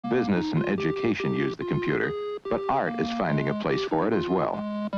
Business and education use the computer, but art is finding a place for it as well.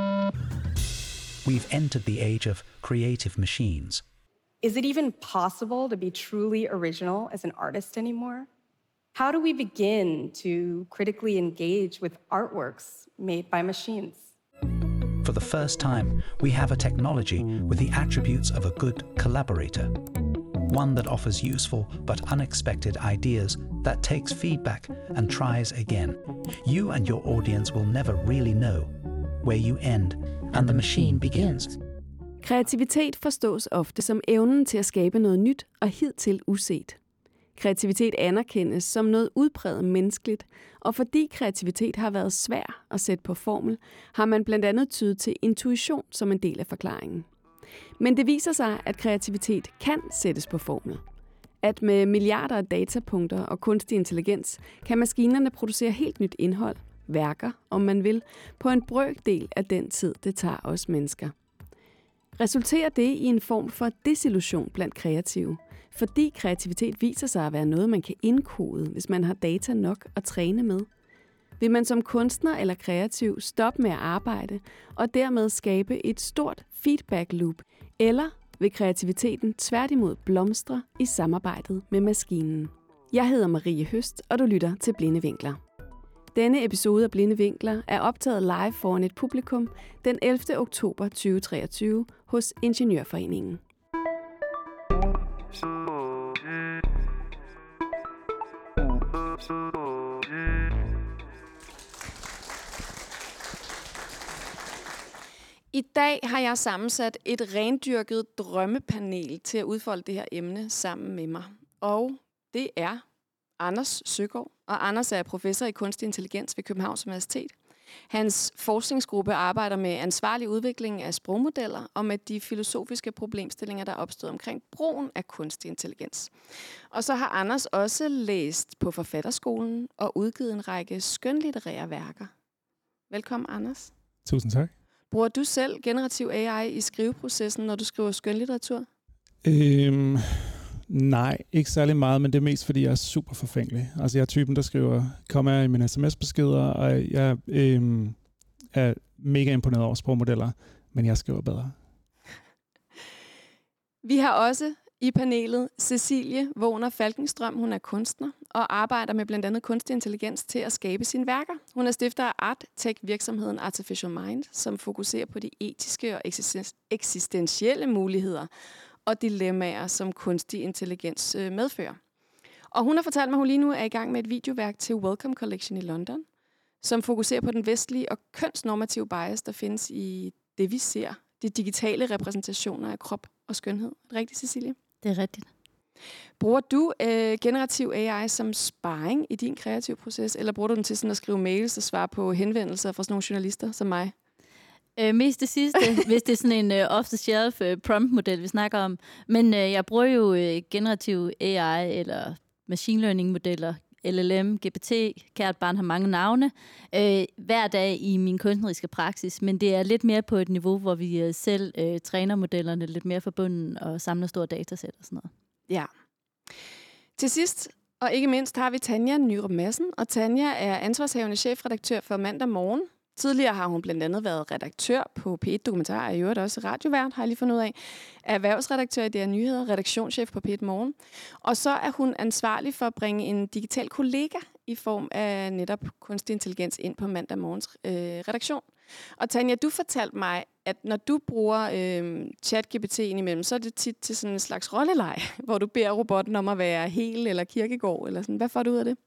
We've entered the age of creative machines. Is it even possible to be truly original as an artist anymore? How do we begin to critically engage with artworks made by machines? For the first time, we have a technology with the attributes of a good collaborator. One that offers useful but unexpected ideas, that takes feedback and tries again. You and your audience will never really know where you end and the machine begins. Kreativitet forstås ofte som evnen til at skabe noget nyt og hidtil uset. Kreativitet anerkendes som noget udpræget menneskeligt, og fordi kreativitet har været svær at sætte på formel, har man blandt andet tydet til intuition som en del af forklaringen. Men det viser sig, at kreativitet kan sættes på formel. At med milliarder af datapunkter og kunstig intelligens kan maskinerne producere helt nyt indhold, værker, om man vil, på en brøkdel af den tid, det tager os mennesker. Resulterer det i en form for desillusion blandt kreative? Fordi kreativitet viser sig at være noget, man kan indkode, hvis man har data nok at træne med. Vil man som kunstner eller kreativ stoppe med at arbejde og dermed skabe et stort feedback loop? Eller vil kreativiteten tværtimod blomstre i samarbejdet med maskinen? Jeg hedder Marie Høst, og du lytter til Blinde Vinkler. Denne episode af Blinde Vinkler er optaget live foran et publikum den 11. oktober 2023 hos Ingeniørforeningen. I dag har jeg sammensat et rendyrket drømmepanel til at udfolde det her emne sammen med mig. Og det er Anders Søgaard. Og Anders er professor i kunstig intelligens ved Københavns Universitet. Hans forskningsgruppe arbejder med ansvarlig udvikling af sprogmodeller og med de filosofiske problemstillinger, der er opstået omkring brugen af kunstig intelligens. Og så har Anders også læst på Forfatterskolen og udgivet en række skønlitterære værker. Velkommen, Anders. Tusind tak. Bruger du selv generativ AI i skriveprocessen, når du skriver skønlitteratur? Nej, ikke særlig meget, men det er mest, fordi jeg er super forfængelig. Altså, jeg er typen, der skriver kommer i mine sms-beskeder, og jeg er mega imponeret over sprogmodeller, men jeg skriver bedre. Vi har også i panelet Cecilie Wagner Falkenstrøm. Hun er kunstner og arbejder med blandt andet kunstig intelligens til at skabe sine værker. Hun er stifter af art-tech-virksomheden Artificial Mind, som fokuserer på de etiske og eksistentielle muligheder og dilemmaer, som kunstig intelligens medfører. Og hun har fortalt mig, at hun lige nu er i gang med et videoværk til Wellcome Collection i London, som fokuserer på den vestlige og kønsnormative bias, der findes i det, vi ser, de digitale repræsentationer af krop og skønhed. Er det rigtigt, Cecilie? Det er rigtigt. Bruger du generativ AI som sparring i din kreative proces, eller bruger du den til sådan at skrive mails og svare på henvendelser fra sådan nogle journalister som mig? Mest det sidste, hvis det er sådan en off-the-shelf prompt-model, vi snakker om. Men jeg bruger jo generativ AI eller machine learning-modeller, LLM, GPT, kært barn har mange navne, hver dag i min kunstneriske praksis. Men det er lidt mere på et niveau, hvor vi selv træner modellerne lidt mere forbundet og samler store datasæt og sådan noget. Ja. Til sidst, og ikke mindst, har vi Tanja Nyrup Madsen, og Tanja er ansvarshavende chefredaktør for Mandag Morgen. Tidligere har hun blandt andet været redaktør på P1 Dokumentar, og i øvrigt også radiovært, har jeg lige fundet ud af. Erhvervsredaktør i DR Nyheder, redaktionschef på P1 Morgen. Og så er hun ansvarlig for at bringe en digital kollega i form af netop kunstig intelligens ind på Mandag Morgens redaktion. Og Tanja, du fortalte mig, at når du bruger ChatGPT indimellem, så er det tit til sådan en slags rolleleg, hvor du beder robotten om at være Hel eller Kierkegaard eller sådan. Hvad får du ud af det?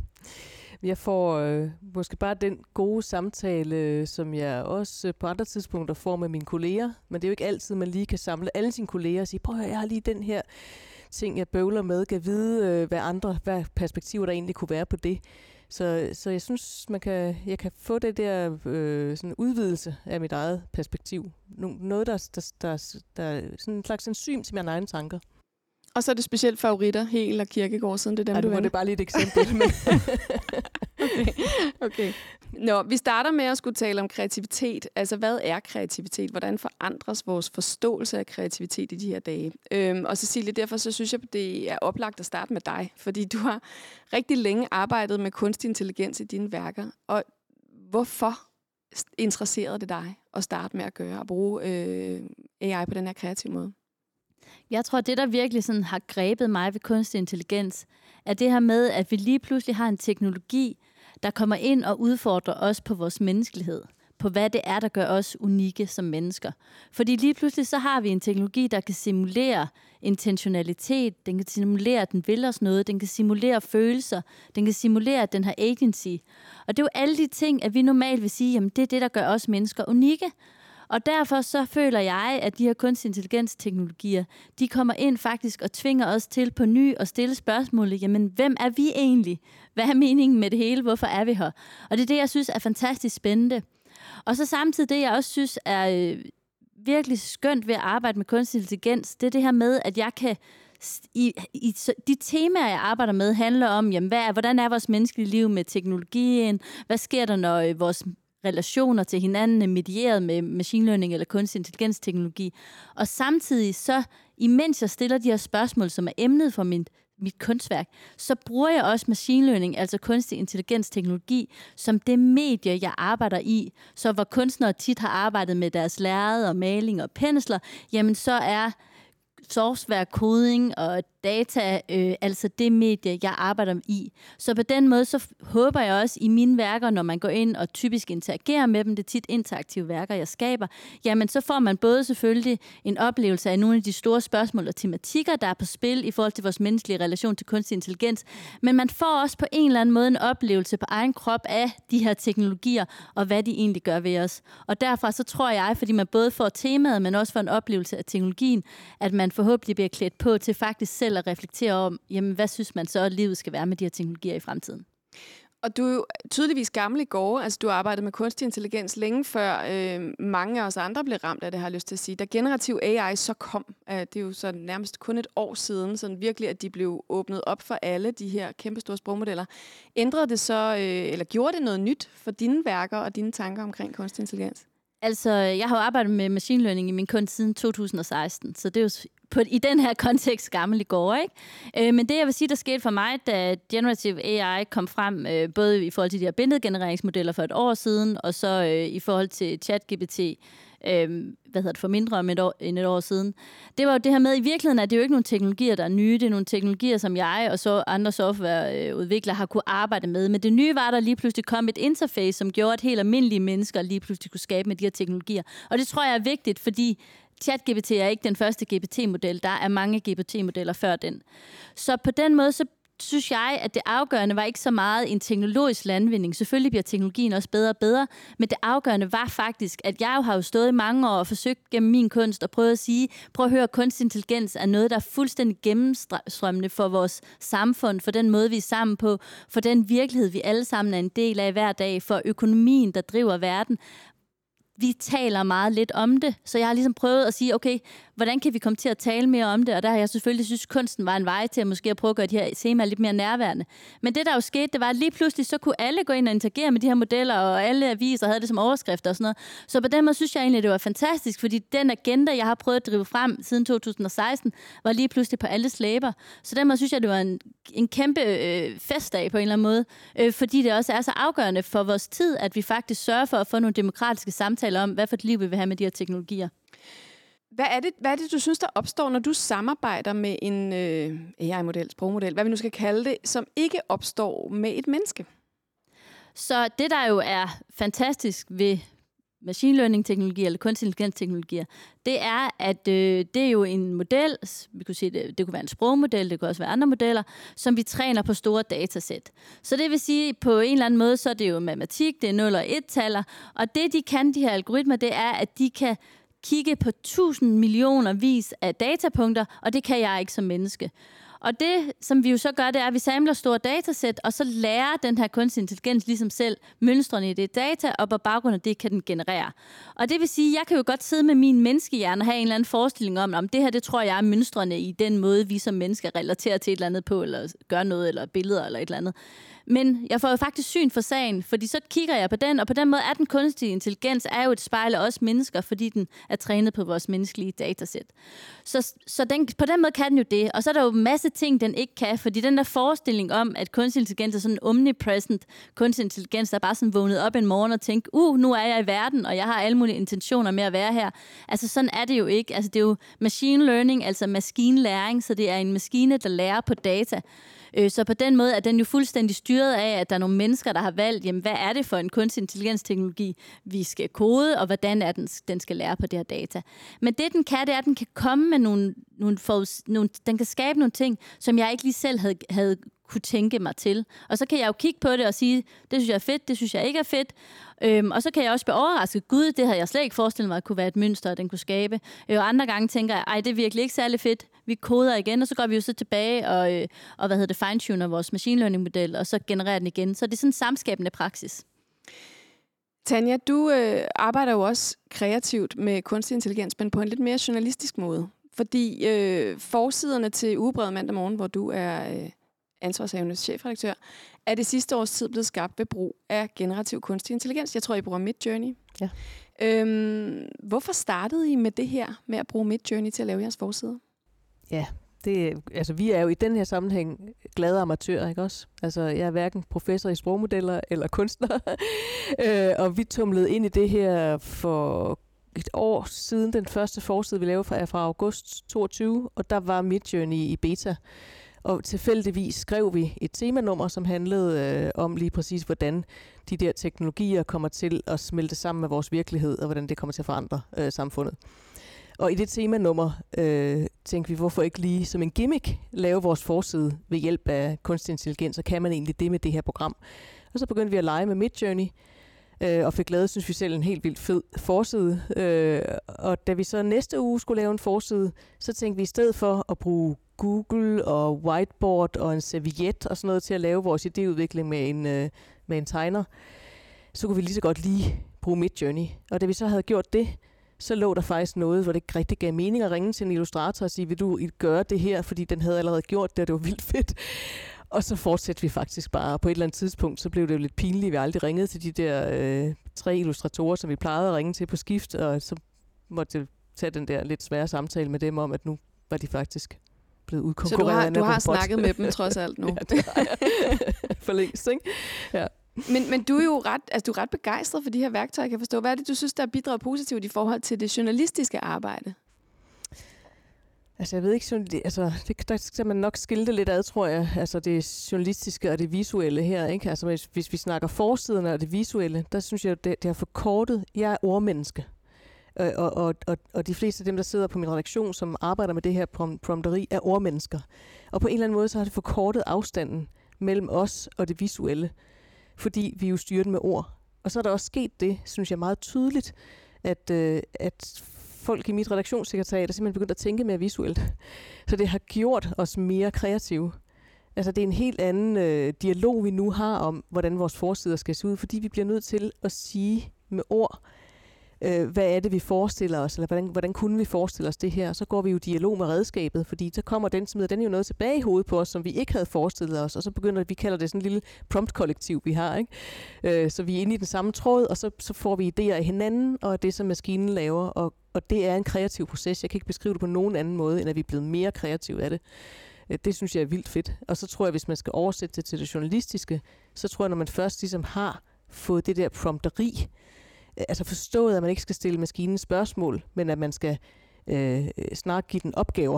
Jeg får måske bare den gode samtale, som jeg også på andre tidspunkter får med mine kolleger. Men det er jo ikke altid, man lige kan samle alle sine kolleger og sige, prøv at høre, jeg har lige den her ting, jeg bøvler med, kan vide, hvad perspektiver der egentlig kunne være på det. Så jeg synes, jeg kan få det der sådan udvidelse af mit eget perspektiv. Noget, der er sådan en slags enzym til mine egne tanker. Og så er det specielt favoritter, Hegel og Kierkegaard, siden det er dem, du vender. Det er bare lige et eksempel. Okay. Nå, vi starter med at skulle tale om kreativitet. Altså, hvad er kreativitet? Hvordan forandres vores forståelse af kreativitet i de her dage? Og Cecilie, derfor så synes jeg, det er oplagt at starte med dig, fordi du har rigtig længe arbejdet med kunstig intelligens i dine værker. Og hvorfor interesserede det dig at starte med at gøre og bruge AI på den her kreative måde? Jeg tror, det der virkelig sådan har grebet mig ved kunstig intelligens, er det her med, at vi lige pludselig har en teknologi, der kommer ind og udfordrer os på vores menneskelighed, på hvad det er, der gør os unikke som mennesker. Fordi lige pludselig så har vi en teknologi, der kan simulere intentionalitet, den kan simulere, at den vil os noget, den kan simulere følelser, den kan simulere, at den har agency. Og det er jo alle de ting, at vi normalt vil sige, jamen det er det, der gør os mennesker unikke. Og derfor så føler jeg, at de her kunstig intelligens-teknologier, de kommer ind faktisk og tvinger os til på ny at stille spørgsmålet, jamen hvem er vi egentlig? Hvad er meningen med det hele? Hvorfor er vi her? Og det er det, jeg synes er fantastisk spændende. Og så samtidig det, jeg også synes er virkelig skønt ved at arbejde med kunstig intelligens, det er det her med, at jeg kan de temaer, jeg arbejder med, handler om, jamen, hvordan er vores menneskelige liv med teknologien? Hvad sker der, når vores relationer til hinanden er medieret med machine learning eller kunstig intelligens-teknologi? Og samtidig så, imens jeg stiller de her spørgsmål, som er emnet for mit kunstværk, så bruger jeg også machine learning, altså kunstig intelligens-teknologi, som det medie, jeg arbejder i. Så hvor kunstnere tit har arbejdet med deres lærred og maling og pensler, jamen så er software, koding og data, altså det medie, jeg arbejder i. Så på den måde, så håber jeg også i mine værker, når man går ind og typisk interagerer med dem, det er tit interaktive værker, jeg skaber, jamen så får man både selvfølgelig en oplevelse af nogle af de store spørgsmål og tematikker, der er på spil i forhold til vores menneskelige relation til kunstig intelligens, men man får også på en eller anden måde en oplevelse på egen krop af de her teknologier, og hvad de egentlig gør ved os. Og derfra så tror jeg, fordi man både får temaet, men også får en oplevelse af teknologien, at man forhåbentlig bliver klædt på til faktisk selv at reflektere om, jamen, hvad synes man så, at livet skal være med de her teknologier i fremtiden? Og du er jo tydeligvis gammel i går. Altså, du har arbejdet med kunstig intelligens længe før mange af os andre blev ramt af det, har jeg lyst til at sige. Da generativ AI så kom, det er jo så nærmest kun et år siden, sådan virkelig, at de blev åbnet op for alle de her kæmpestore sprogmodeller. Ændrede det så, eller gjorde det noget nyt for dine værker og dine tanker omkring kunstig intelligens? Altså, jeg har jo arbejdet med machine learning i min kunst siden 2016, så det er jo i den her kontekst gammel i går, ikke? Men det, jeg vil sige, der skete for mig, da generative AI kom frem, både i forhold til de her billedgenereringsmodeller for et år siden, og så i forhold til ChatGPT, for mindre end et år siden. Det var jo det her med, i virkeligheden er det jo ikke nogle teknologier, der er nye. Det er nogle teknologier, som jeg og så andre softwareudviklere har kunne arbejde med. Men det nye var, der lige pludselig kom et interface, som gjorde, at helt almindelige mennesker lige pludselig kunne skabe med de her teknologier. Og det tror jeg er vigtigt, fordi ChatGPT er ikke den første GPT-model. Der er mange GPT-modeller før den. Så på den måde, så synes jeg, at det afgørende var ikke så meget en teknologisk landvinding. Selvfølgelig bliver teknologien også bedre og bedre, men det afgørende var faktisk, at jeg jo har stået i mange år og forsøgt gennem min kunst og prøvet at sige, prøv at høre, kunstig intelligens er noget, der er fuldstændig gennemstrømmende for vores samfund, for den måde, vi er sammen på, for den virkelighed, vi alle sammen er en del af hver dag, for økonomien, der driver verden. Vi taler meget lidt om det, så jeg har ligesom prøvet at sige, okay, hvordan kan vi komme til at tale mere om det? Og der har jeg selvfølgelig synes, kunsten var en vej til at måske prøve at gøre de her temaer lidt mere nærværende. Men det, der jo skete, det var, at lige pludselig så kunne alle gå ind og interagere med de her modeller, og alle aviser havde det som overskrifter og sådan noget. Så på den måde synes jeg egentlig, det var fantastisk, fordi den agenda, jeg har prøvet at drive frem siden 2016, var lige pludselig på alles læber. Så den måde synes jeg, det var en kæmpe festdag på en eller anden måde, fordi det også er så afgørende for vores tid, at vi faktisk sørger for at få nogle demokratiske samtaler om, hvad for et liv vi vil have med de her teknologier. Hvad er det, du synes, der opstår, når du samarbejder med en AI-model, sprogmodel, hvad vi nu skal kalde det, som ikke opstår med et menneske? Så det, der jo er fantastisk ved machine learning-teknologier eller kunstig intelligens-teknologier, det er, at det er jo en model, vi kunne sige, det kunne være en sprogmodel, det kunne også være andre modeller, som vi træner på store datasæt. Så det vil sige, på en eller anden måde, så er det jo matematik, det er 0 og 1-taller, og det, de kan, de her algoritmer, det er, at de kan kigge på 1000 millioner vis af datapunkter, og det kan jeg ikke som menneske. Og det, som vi jo så gør, det er, at vi samler store datasæt, og så lærer den her kunstig intelligens ligesom selv mønstrene i det data, og på baggrund af det kan den generere. Og det vil sige, at jeg kan jo godt sidde med min menneskehjerne og have en eller anden forestilling om det her, det tror jeg er mønstrene i den måde, vi som mennesker relaterer til et eller andet på, eller gør noget, eller billeder, eller et eller andet. Men jeg får jo faktisk syn for sagen, fordi så kigger jeg på den, og på den måde er den kunstige intelligens er jo et spejl af os mennesker, fordi den er trænet på vores menneskelige datasæt. Så på den måde kan den jo det. Og så er der jo en masse ting, den ikke kan, fordi den der forestilling om, at kunstig intelligens er sådan en omnipresent kunstig intelligens, der bare sådan vågnet op en morgen og tænkt, nu er jeg i verden, og jeg har alle mulige intentioner med at være her. Altså sådan er det jo ikke. Altså det er jo machine learning, altså maskinlæring, så det er en maskine, der lærer på data. Så på den måde er den jo fuldstændig styret af, at der er nogle mennesker, der har valgt, jamen, hvad er det for en kunstig intelligensteknologi, vi skal kode, og hvordan er den skal lære på det her data. Men det, den kan, det er, at den kan komme med den kan skabe nogle ting, som jeg ikke lige selv havde kunne tænke mig til. Og så kan jeg jo kigge på det og sige, det synes jeg er fedt, det synes jeg ikke er fedt. Og så kan jeg også blive overrasket. Gud, det havde jeg slet ikke forestillet mig, at kunne være et mønster, den kunne skabe. Og andre gange tænker jeg, det er virkelig ikke særlig fedt. Vi koder igen, og så går vi jo så tilbage og fine-tuner vores machine learning model, og så genererer den igen. Så det er sådan en samskabende praksis. Tanja, du arbejder jo også kreativt med kunstig intelligens, men på en lidt mere journalistisk måde. Fordi forsiderne til Ugebrevet mandag morgen, hvor du er ansvarshavende chefredaktør, er det sidste års tid blevet skabt ved brug af generativ kunstig intelligens. Jeg tror, I bruger Midjourney. Ja. Hvorfor startede I med det her, med at bruge Midjourney til at lave jeres forsider? Ja, vi er jo i den her sammenhæng glade amatører, ikke også? Altså, jeg er hverken professor i sprogmodeller eller kunstner. Og vi tumlede ind i det her for et år siden. Den første forside, vi lavede, fra august 22, og der var Midjourney i beta. Og tilfældigvis skrev vi et temanummer, som handlede om lige præcis, hvordan de der teknologier kommer til at smelte sammen med vores virkelighed, og hvordan det kommer til at forandre samfundet. Og i det temanummer tænkte vi, hvorfor ikke lige som en gimmick lave vores forside ved hjælp af kunstig intelligens, og kan man egentlig det med det her program? Og så begyndte vi at lege med Midjourney, og fik lavet, synes vi selv, en helt vildt fed forside. Og da vi så næste uge skulle lave en forside, så tænkte vi i stedet for at bruge Google og whiteboard og en serviet og sådan noget til at lave vores idéudvikling med en tegner, så kunne vi lige så godt lige bruge Midjourney. Og da vi så havde gjort det, så lå der faktisk noget, hvor det ikke rigtig gav mening at ringe til en illustrator og sige, vil du gøre det her, fordi den havde allerede gjort det, og det var vildt fedt. Og så fortsatte vi faktisk bare. På et eller andet tidspunkt, så blev det jo lidt pinligt. Vi aldrig ringede til de der 3 illustratorer, som vi plejede at ringe til på skift, og så måtte jeg tage den der lidt svære samtale med dem om, at nu var de faktisk blevet udkonkurreret. Så du har snakket med dem trods alt nu? Ja, det har jeg. For længst, ikke? Ja. Men du er jo ret begejstret for de her værktøjer, kan jeg forstå. Hvad er det, du synes, der bidrager positivt i forhold til det journalistiske arbejde? Altså, jeg ved ikke, der skal man nok skille det lidt ad, tror jeg. Altså, det journalistiske og det visuelle her, ikke? Altså, hvis vi snakker forsiderne og det visuelle, der synes jeg, det har forkortet. Jeg er ordmenneske. Og de fleste af dem, der sidder på min redaktion, som arbejder med det her prompteri, er ordmennesker. Og på en eller anden måde, så har det forkortet afstanden mellem os og det visuelle. Fordi vi jo styrer det med ord. Og så er der også sket det, synes jeg meget tydeligt, at folk i mit redaktionssekretariat er simpelthen begyndt at tænke mere visuelt. Så det har gjort os mere kreative. Altså det er en helt anden dialog, vi nu har om, hvordan vores forsider skal se ud, fordi vi bliver nødt til at sige med ord, hvad er det, vi forestiller os, eller hvordan kunne vi forestille os det her? Så går vi jo i dialog med redskabet, fordi så kommer den er jo noget tilbage i hovedet på os, som vi ikke havde forestillet os, og så begynder vi kalder det sådan en lille prompt-kollektiv, vi har, ikke? Så vi er inde i den samme tråd, og så får vi idéer af hinanden, og det, som maskinen laver, og det er en kreativ proces. Jeg kan ikke beskrive det på nogen anden måde, end at vi er blevet mere kreative af det. Det synes jeg er vildt fedt. Og så tror jeg, hvis man skal oversætte det til det journalistiske, så tror jeg, når man først ligesom har fået det der prompteri, altså forstået, at man ikke skal stille maskinen spørgsmål, men at man skal snart give den opgaver,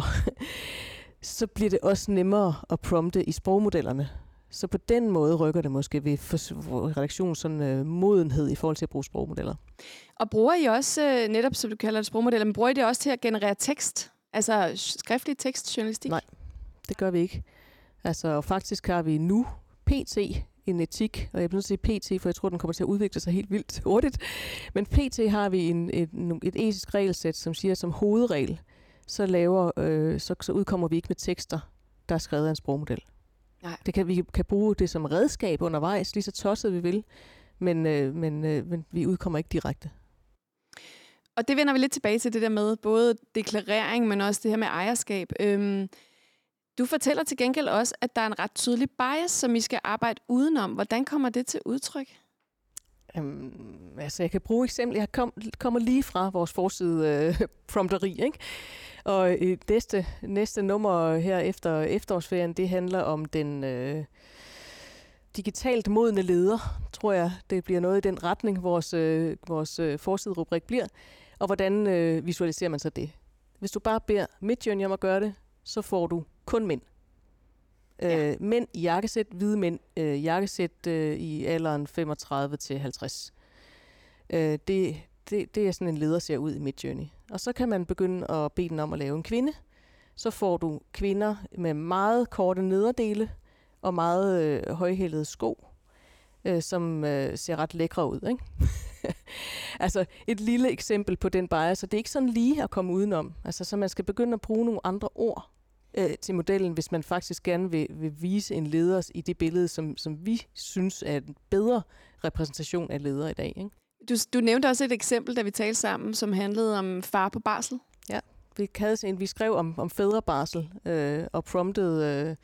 så bliver det også nemmere at prompte i sprogmodellerne. Så på den måde rykker det måske ved redaktionens sådan, modenhed i forhold til at bruge sprogmodeller. Og bruger I også, netop som du kalder det sprogmodeller, men bruger I det også til at generere tekst? Altså skriftlig tekstjournalistik? Nej, det gør vi ikke. Altså faktisk har vi nu pt. En etik, og jeg bliver nødt til at sige PT, for jeg tror, den kommer til at udvikle sig helt vildt hurtigt. Men PT har vi et etisk regelsæt, som siger, som hovedregel, så udkommer vi ikke med tekster, der er skrevet af en sprogmodel. Nej. Vi kan bruge det som redskab undervejs, lige så tosset vi vil, men vi udkommer ikke direkte. Og det vender vi lidt tilbage til, det der med både deklarering, men også det her med ejerskab. Du fortæller til gengæld også, at der er en ret tydelig bias, som I skal arbejde udenom. Hvordan kommer det til udtryk? Jeg kan bruge eksempel. Jeg kommer lige fra vores forside prompteri, ikke? Og næste nummer her efter efterårsferien, det handler om den digitalt modne leder, tror jeg. Det bliver noget i den retning, vores forsiderubrik bliver. Og hvordan visualiserer man så det? Hvis du bare beder Midjourney om at gøre det, så får du kun mænd. Mænd i jakkesæt, hvide mænd jakkesæt i alderen 35 til 50. Det er sådan en leder ser ud i Midjourney. Og så kan man begynde at bede den om at lave en kvinde. Så får du kvinder med meget korte nederdele og meget højhælede sko, som ser ret lækre ud, ikke? Altså et lille eksempel på den bias, så det er ikke sådan lige at komme udenom. Altså, så man skal begynde at bruge nogle andre ord til modellen, hvis man faktisk gerne vil vise en leder i det billede, som vi synes er en bedre repræsentation af ledere i dag, ikke? Du nævnte også et eksempel, da vi talte sammen, som handlede om far på barsel. Ja, vi skrev om fædrebarsel og promptede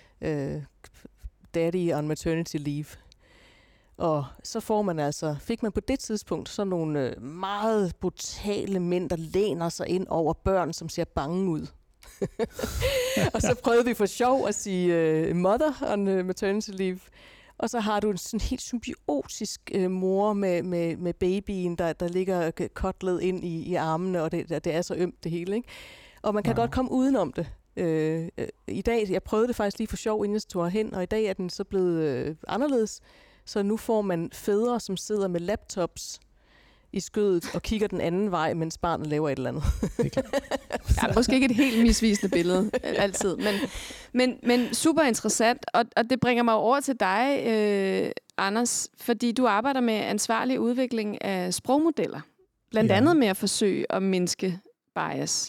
daddy on maternity leave. Og så fik man på det tidspunkt sådan nogle meget brutale mænd, der læner sig ind over børn, som ser bange ud. Og så prøvede vi for sjov at sige mother on maternity leave. Og så har du en sådan helt symbiotisk mor med babyen, der ligger kotlet ind i armene, og det er så ømt det hele, ikke? Og man kan godt komme udenom det. I dag, jeg prøvede det faktisk lige for sjov, inden jeg tog hen, og i dag er den så blevet anderledes. Så nu får man fædre, som sidder med laptops i skødet og kigger den anden vej, mens barnet laver et eller andet. Ja, måske ikke et helt misvisende billede altid, men super interessant. Og det bringer mig over til dig, Anders, fordi du arbejder med ansvarlig udvikling af sprogmodeller. Blandt andet med at forsøge at mindske bias.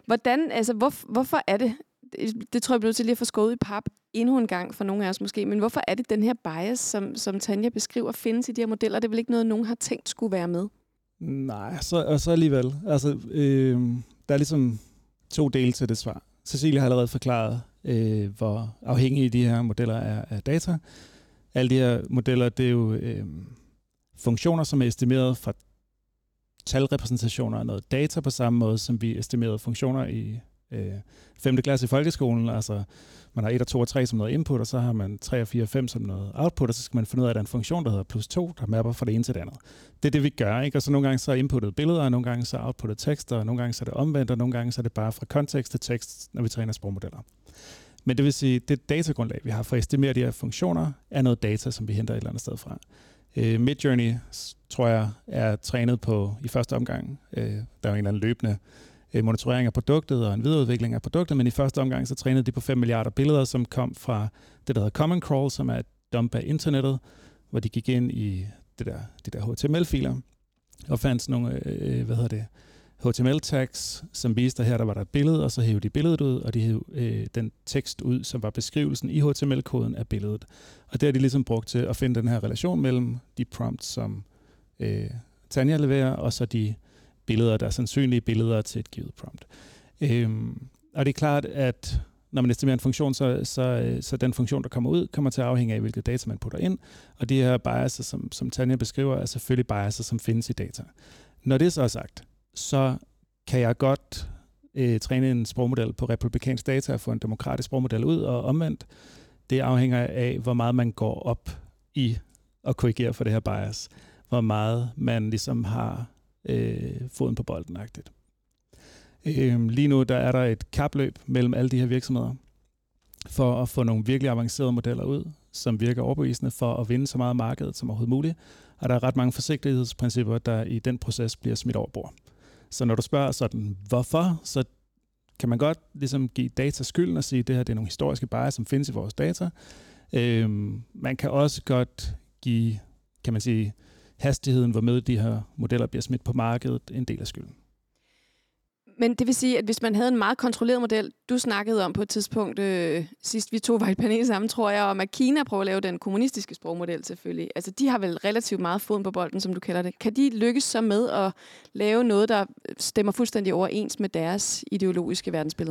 Hvorfor er det? Det tror jeg bliver til lige at få skåret i pap endnu en gang for nogle af os måske. Men hvorfor er det den her bias, som Tanja beskriver, findes i de her modeller? Det er vel ikke noget, nogen har tænkt skulle være med? Nej, så alligevel. Altså, der er ligesom 2 dele til det svar. Cecilie har allerede forklaret, hvor afhængige de her modeller er af data. Alle de her modeller, det er jo funktioner, som er estimeret fra talrepræsentationer af noget data på samme måde, som vi estimerede funktioner i 5. klasse i folkeskolen. Altså, man har 1 og 2 og 3 som noget input, og så har man 3 og 4 og 5 som noget output, og så skal man finde ud af, at der er en funktion, der hedder +2, der mapper fra det ene til det andet. Det er det, vi gør, ikke? Og så nogle gange så er inputtet billeder, og nogle gange så er outputtet tekster, og nogle gange så er det omvendt, og nogle gange så er det bare fra kontekst til tekst, når vi træner sprogmodeller. Men det vil sige, det datagrundlag, vi har for at estimere de her funktioner, er noget data, som vi henter et eller andet sted fra. Midjourney, tror jeg, er trænet på i første omgang. Der er jo en eller anden løbende monitorering af produktet og en videreudvikling af produktet, men i første omgang så trænede de på 5 milliarder billeder, som kom fra det, der hedder Common Crawl, som er et dump af internettet, hvor de gik ind i de der HTML-filer og fandt nogle HTML-tags, som viste, at her der var der et billede, og så hævde de billedet ud, og de hævde den tekst ud, som var beskrivelsen i HTML-koden af billedet. Og det har de ligesom brugt til at finde den her relation mellem de prompts, som Tanja leverer, og så de billeder, der er sandsynlige billeder til et givet prompt. Og det er klart, at når man estimerer en funktion, så den funktion, der kommer ud, kommer til at afhænge af, hvilket data man putter ind. Og de her biaser, som Tanja beskriver, er selvfølgelig biaser, som findes i data. Når det så er sagt, så kan jeg godt træne en sprogmodel på republikansk data og få en demokratisk sprogmodel ud, og omvendt. Det afhænger af, hvor meget man går op i at korrigere for det her bias. Hvor meget man ligesom har foden på bolden-agtigt. Lige nu der er der et kapløb mellem alle de her virksomheder for at få nogle virkelig avancerede modeller ud, som virker overbevisende for at vinde så meget af markedet som overhovedet muligt. Og der er ret mange forsigtighedsprincipper, der i den proces bliver smidt over bord. Så når du spørger sådan, hvorfor, så kan man godt ligesom give data skylden og sige, at det her det er nogle historiske bias, som findes i vores data. Man kan også godt give, kan man sige, hastigheden, hvormed de her modeller bliver smidt på markedet, en del af skylden. Men det vil sige, at hvis man havde en meget kontrolleret model, du snakkede om på et tidspunkt, sidst vi to var i panel sammen, tror jeg, om at Kina prøver at lave den kommunistiske sprogmodel selvfølgelig. Altså, de har vel relativt meget foden på bolden, som du kalder det. Kan de lykkes så med at lave noget, der stemmer fuldstændig overens med deres ideologiske verdensbillede?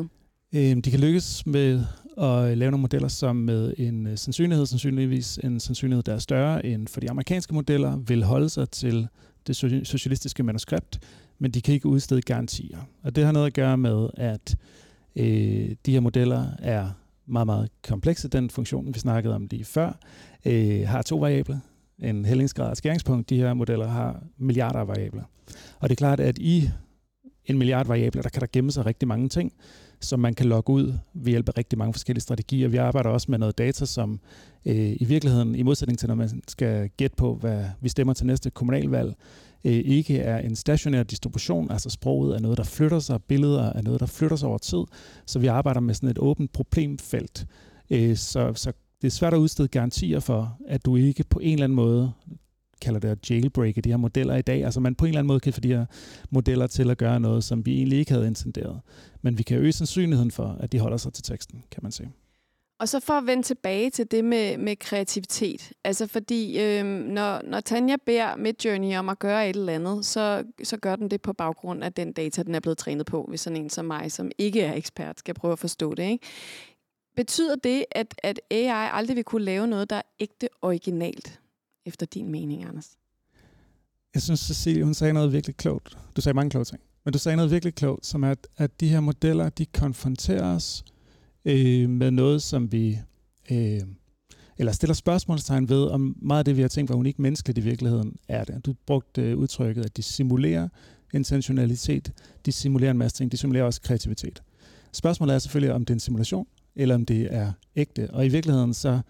De kan lykkes med at lave nogle modeller, som med en sandsynligvis en sandsynlighed, der er større end for de amerikanske modeller, vil holde sig til det socialistiske manuskript, men de kan ikke udstede garantier. Og det har noget at gøre med, at de her modeller er meget, meget komplekse. Den funktion, vi snakkede om lige før, har 2 variabler. En hældingsgrad og et skæringspunkt. De her modeller har milliarder af variabler. Og det er klart, at i en milliard variabler, der kan der gemme sig rigtig mange ting, som man kan logge ud ved hjælp af rigtig mange forskellige strategier. Vi arbejder også med noget data, som i virkeligheden, i modsætning til når man skal gætte på, hvad vi stemmer til næste kommunalvalg, ikke er en stationær distribution, altså sproget er noget, der flytter sig, billeder er noget, der flytter sig over tid, så vi arbejder med sådan et åbent problemfelt. Så det er svært at udstede garantier for, at du ikke på en eller anden måde kalder det at jailbreake de her modeller i dag. Altså man på en eller anden måde kan få de her modeller til at gøre noget, som vi egentlig ikke havde intenderet. Men vi kan øge sandsynligheden for, at de holder sig til teksten, kan man sige. Og så for at vende tilbage til det med kreativitet. Altså fordi når Tanja beder Midjourney om at gøre et eller andet, så gør den det på baggrund af den data, den er blevet trænet på, hvis sådan en som mig, som ikke er ekspert, skal prøve at forstå det, ikke? Betyder det, at AI aldrig vil kunne lave noget, der er ægte originalt, efter din mening, Anders? Jeg synes, Cecilie, hun sagde noget virkelig klogt. Du sagde mange kloge ting. Men du sagde noget virkelig klogt, som at de her modeller, de konfronterer os med noget, som vi eller stiller spørgsmålstegn ved, om meget af det, vi har tænkt var unikt menneskeligt i virkeligheden, er det. Du brugte udtrykket, at de simulerer intentionalitet, de simulerer en masse ting, de simulerer også kreativitet. Spørgsmålet er selvfølgelig, om det er en simulation, eller om det er ægte. Og i virkeligheden, så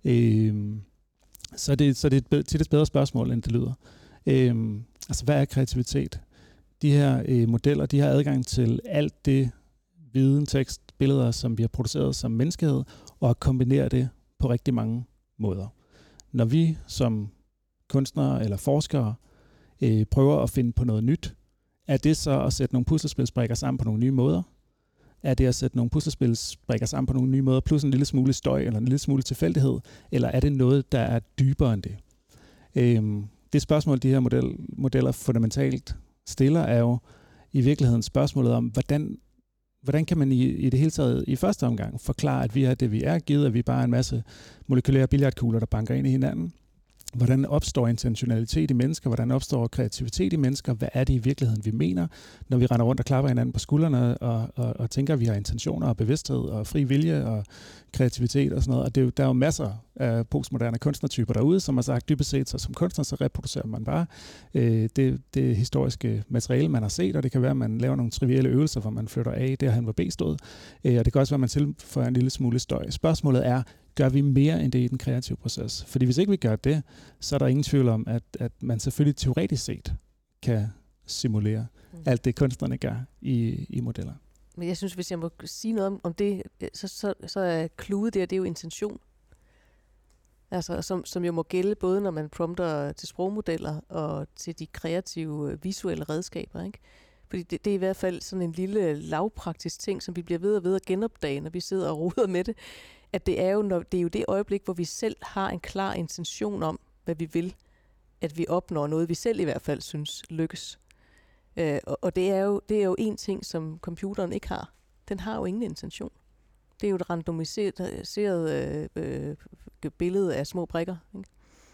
er det tit et bedre spørgsmål, end det lyder. Altså, hvad er kreativitet? De her modeller, de har adgang til alt det viden, tekst, billeder, som vi har produceret som menneskehed, og kombinere det på rigtig mange måder. Når vi som kunstnere eller forskere prøver at finde på noget nyt, er det så at sætte nogle puslespilsbrikker sammen på nogle nye måder? Er det at sætte nogle puslespilsbrikker sammen på nogle nye måder, plus en lille smule støj eller en lille smule tilfældighed? Eller er det noget, der er dybere end det? Det spørgsmål, de her modeller fundamentalt stiller, er jo i virkeligheden spørgsmålet om, hvordan kan man i det hele taget i første omgang forklare, at vi er det, vi er, givet at vi bare er en masse molekylære billiardkugler, der banker ind i hinanden? Hvordan opstår intentionalitet i mennesker? Hvordan opstår kreativitet i mennesker? Hvad er det i virkeligheden, vi mener, når vi render rundt og klapper hinanden på skuldrene og tænker, at vi har intentioner og bevidsthed og fri vilje og kreativitet og sådan noget? Og der er jo masser af postmoderne kunstnertyper derude, som har sagt, dybest set, så som kunstner, så reproducerer man bare det historiske materiale, man har set, og det kan være, at man laver nogle trivielle øvelser, hvor man flytter af derhen, hvor B stod. Og det kan også være, at man tilføjer en lille smule støj. Spørgsmålet er, gør vi mere end det i den kreative proces? Fordi hvis ikke vi gør det, så er der ingen tvivl om, at man selvfølgelig teoretisk set kan simulere alt det, kunstnerne gør i modeller. Men jeg synes, hvis jeg må sige noget om det, så er cluet der, det er jo intention. Altså, som jo må gælde både, når man prompter til sprogmodeller og til de kreative visuelle redskaber, ikke? Fordi det er i hvert fald sådan en lille lavpraktisk ting, som vi bliver ved og ved at genopdage, når vi sidder og roder med det. At det er jo det øjeblik, hvor vi selv har en klar intention om, hvad vi vil, at vi opnår noget, vi selv i hvert fald synes lykkes. Og det er jo en ting, som computeren ikke har. Den har jo ingen intention. Det er jo et randomiseret billede af små brikker, ikke?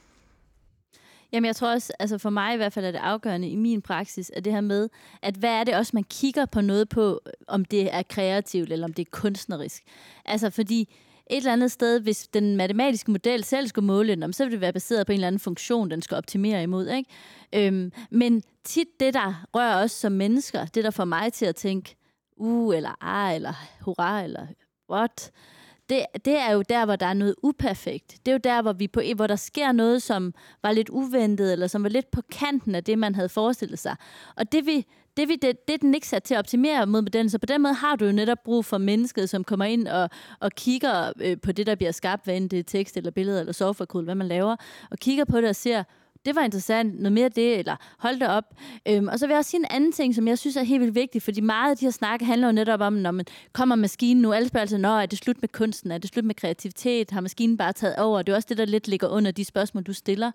Jamen jeg tror også, altså for mig i hvert fald er det afgørende i min praksis, at det her med, at hvad er det også, man kigger på noget på, om det er kreativt eller om det er kunstnerisk. Altså fordi et eller andet sted, hvis den matematiske model selv skulle måle den, så vil det være baseret på en eller anden funktion, den skal optimere imod, ikke? Men tit det, der rører os som mennesker, det der får mig til at tænke, eller eller hurra, eller what? Det er jo der, hvor der er noget uperfekt. Det er jo der, hvor der sker noget, som var lidt uventet, eller som var lidt på kanten af det, man havde forestillet sig. Og det er den ikke sat til at optimere mod den. Så på den måde har du jo netop brug for mennesket, som kommer ind og kigger på det, der bliver skabt, hvad end det er tekst eller billede eller softwarekode, hvad man laver, og kigger på det og siger, det var interessant, noget mere af det, eller hold det op. Og så vil jeg også sige en anden ting, som jeg synes er helt vildt vigtigt, fordi meget af de her snakke handler jo netop om, når man kommer maskinen nu, alle spørger altså, er det slut med kunsten, er det slut med kreativitet, har maskinen bare taget over? Det er også det, der lidt ligger under de spørgsmål, du stiller.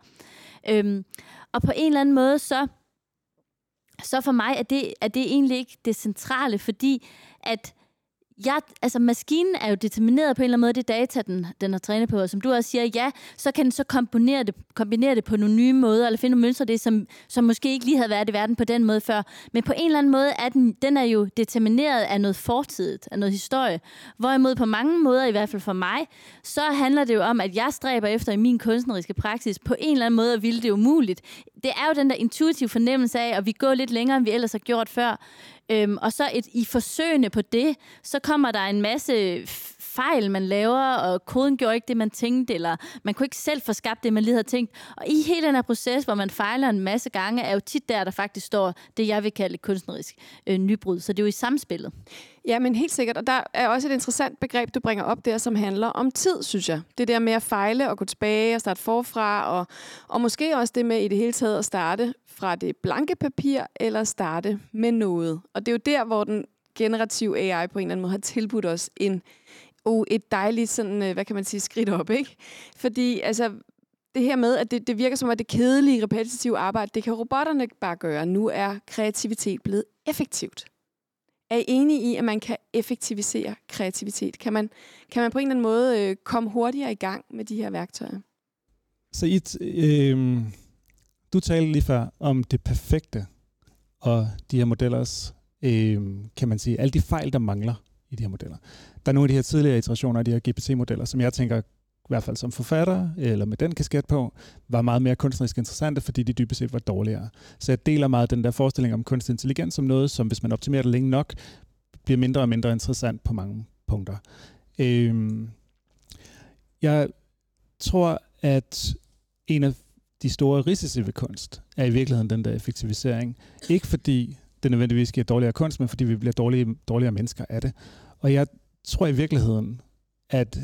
Og på en eller anden måde, så for mig er det egentlig ikke det centrale, fordi at maskinen er jo determineret på en eller anden måde, det data, den har trænet på, og som du også siger, ja, så kan den så kombinere det på nogle nye måder, eller finde nogle mønstre, det, som måske ikke lige havde været i verden på den måde før. Men på en eller anden måde er den er jo determineret af noget fortidigt, af noget historie. Hvorimod på mange måder, i hvert fald for mig, så handler det jo om, at jeg stræber efter i min kunstneriske praksis, på en eller anden måde at ville det umuligt. Det er jo den der intuitive fornemmelse af, at vi går lidt længere, end vi ellers har gjort før. Og så i forsøgene på det, så kommer der en masse fejl, man laver, og koden gjorde ikke det, man tænkte, eller man kunne ikke selv få skabt det, man lige havde tænkt. Og i hele den her proces, hvor man fejler en masse gange, er jo tit der faktisk står det, jeg vil kalde et kunstnerisk nybrud. Så det er jo i samspillet. Ja, men helt sikkert. Og der er også et interessant begreb, du bringer op der, som handler om tid, synes jeg. Det der med at fejle og gå tilbage og starte forfra, og måske også det med i det hele taget at starte fra det blanke papir, eller starte med noget. Og det er jo der, hvor den generative AI på en eller anden måde har tilbudt os et dejligt sådan, hvad kan man sige, skridt op, ikke? Fordi altså, det her med, at det virker som, at det kedelige, repetitive arbejde, det kan robotterne bare gøre. Nu er kreativitet blevet effektivt. Er I enige i, at man kan effektivisere kreativitet? Kan man på en eller anden måde komme hurtigere i gang med de her værktøjer? Så du talte lige før om det perfekte, og de her modellers, kan man sige, alle de fejl, der mangler i de her modeller. Der er nogle af de her tidligere iterationer af de her GPT-modeller, som jeg tænker, i hvert fald som forfatter, eller med den kasket på, var meget mere kunstnerisk interessante, fordi de dybest set var dårligere. Så jeg deler meget den der forestilling om kunstig intelligens som noget, som hvis man optimerer det længe nok, bliver mindre og mindre interessant på mange punkter. Jeg tror, at en af de store risici ved kunst er i virkeligheden den der effektivisering. Ikke fordi det nødvendigvis giver dårligere kunst, men fordi vi bliver dårligere mennesker af det. Og jeg tror i virkeligheden, at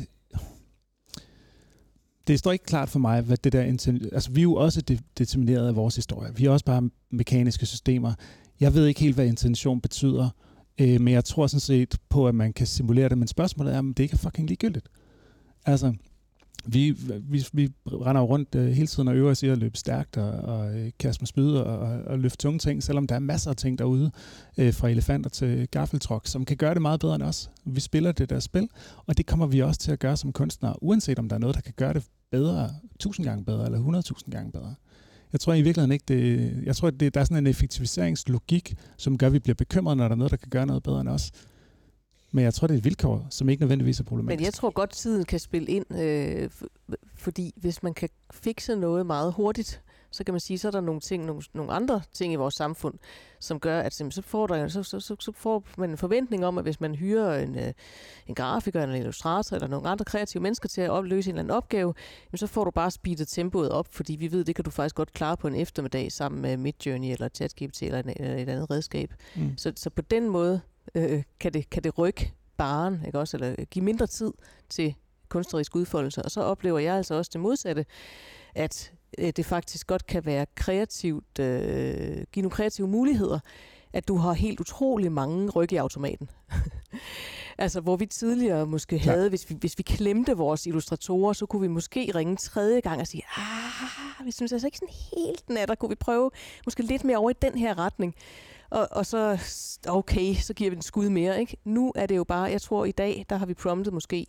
det står ikke klart for mig, hvad det der... Altså, vi er jo også determineret af vores historie. Vi er også bare mekaniske systemer. Jeg ved ikke helt, hvad intention betyder, men jeg tror sådan set på, at man kan simulere det. Men spørgsmålet er, om det ikke er fucking ligegyldigt. Altså, vi render jo rundt hele tiden og øver os i at løbe stærkt og kaste med spyd og løfte tunge ting, selvom der er masser af ting derude, fra elefanter til gaffeltruck, som kan gøre det meget bedre end os. Vi spiller det der spil, og det kommer vi også til at gøre som kunstnere, uanset om der er noget, der kan gøre det bedre, 1000 gange bedre eller 100.000 gange bedre. Jeg tror i virkeligheden ikke, jeg tror, der er sådan en effektiviseringslogik, som gør, at vi bliver bekymrede, når der er noget, der kan gøre noget bedre end os. Men jeg tror, det er et vilkår, som ikke nødvendigvis er problematisk. Men jeg tror godt, tiden kan spille ind, fordi hvis man kan fikse noget meget hurtigt, så kan man sige, så er der nogle andre ting i vores samfund, som gør, at så får man en forventning om, at hvis man hyrer en grafiker, eller en illustrator, eller nogle andre kreative mennesker til at løse en eller anden opgave, så får du bare speedet tempoet op, fordi vi ved, det kan du faktisk godt klare på en eftermiddag sammen med Midjourney, eller ChatGPT, eller et andet redskab. Så på den måde kan det rykke barren, ikke også, eller give mindre tid til kunstnerisk udfoldelse. Og så oplever jeg altså også det modsatte, at det faktisk godt kan være kreativt, give nogle kreative muligheder, at du har helt utrolig mange ryg i automaten. Altså, hvor vi tidligere måske havde, hvis vi klemte vores illustratorer, så kunne vi måske ringe tredje gang og sige, vi synes altså ikke sådan helt natter, kunne vi prøve måske lidt mere over i den her retning. Og så, okay, så giver vi den skud mere, ikke? Nu er det jo bare, jeg tror i dag, der har vi promptet måske,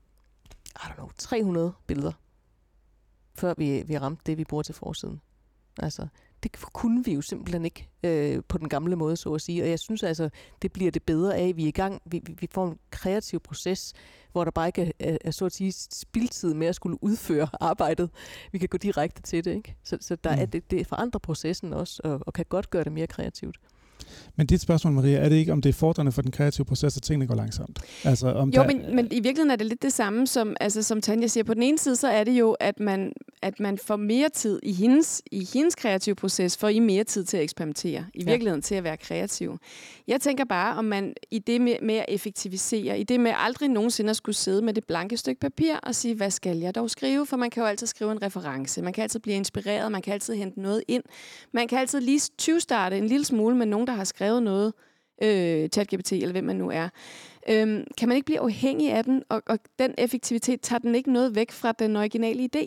300 billeder, før vi ramte det, vi bruger til forsiden. Altså, det kunne vi jo simpelthen ikke på den gamle måde, så at sige. Og jeg synes altså, det bliver det bedre af. Vi er i gang, vi får en kreativ proces, hvor der bare ikke er så at sige spildtid med at skulle udføre arbejdet. Vi kan gå direkte til det, ikke? Så der er det forandrer processen også, og kan godt gøre det mere kreativt. Men dit spørgsmål, Maria, er det ikke, om det er fordrende for den kreative proces, at tingene går langsomt? Altså, om men i virkeligheden er det lidt det samme, som Tanja siger. På den ene side, så er det jo, at man får mere tid i hendes kreative proces, får I mere tid til at eksperimentere. I virkeligheden til at være kreativ. Jeg tænker bare, om man i det med at effektivisere, i det med aldrig nogensinde at skulle sidde med det blanke stykke papir og sige, hvad skal jeg dog skrive? For man kan jo altid skrive en reference. Man kan altid blive inspireret. Man kan altid hente noget ind. Man kan altid lige 20-starte en lille smule med nogen, der har skrevet noget, ChatGPT eller hvem man nu er. Kan man ikke blive afhængig af den, og den effektivitet, tager den ikke noget væk fra den originale idé?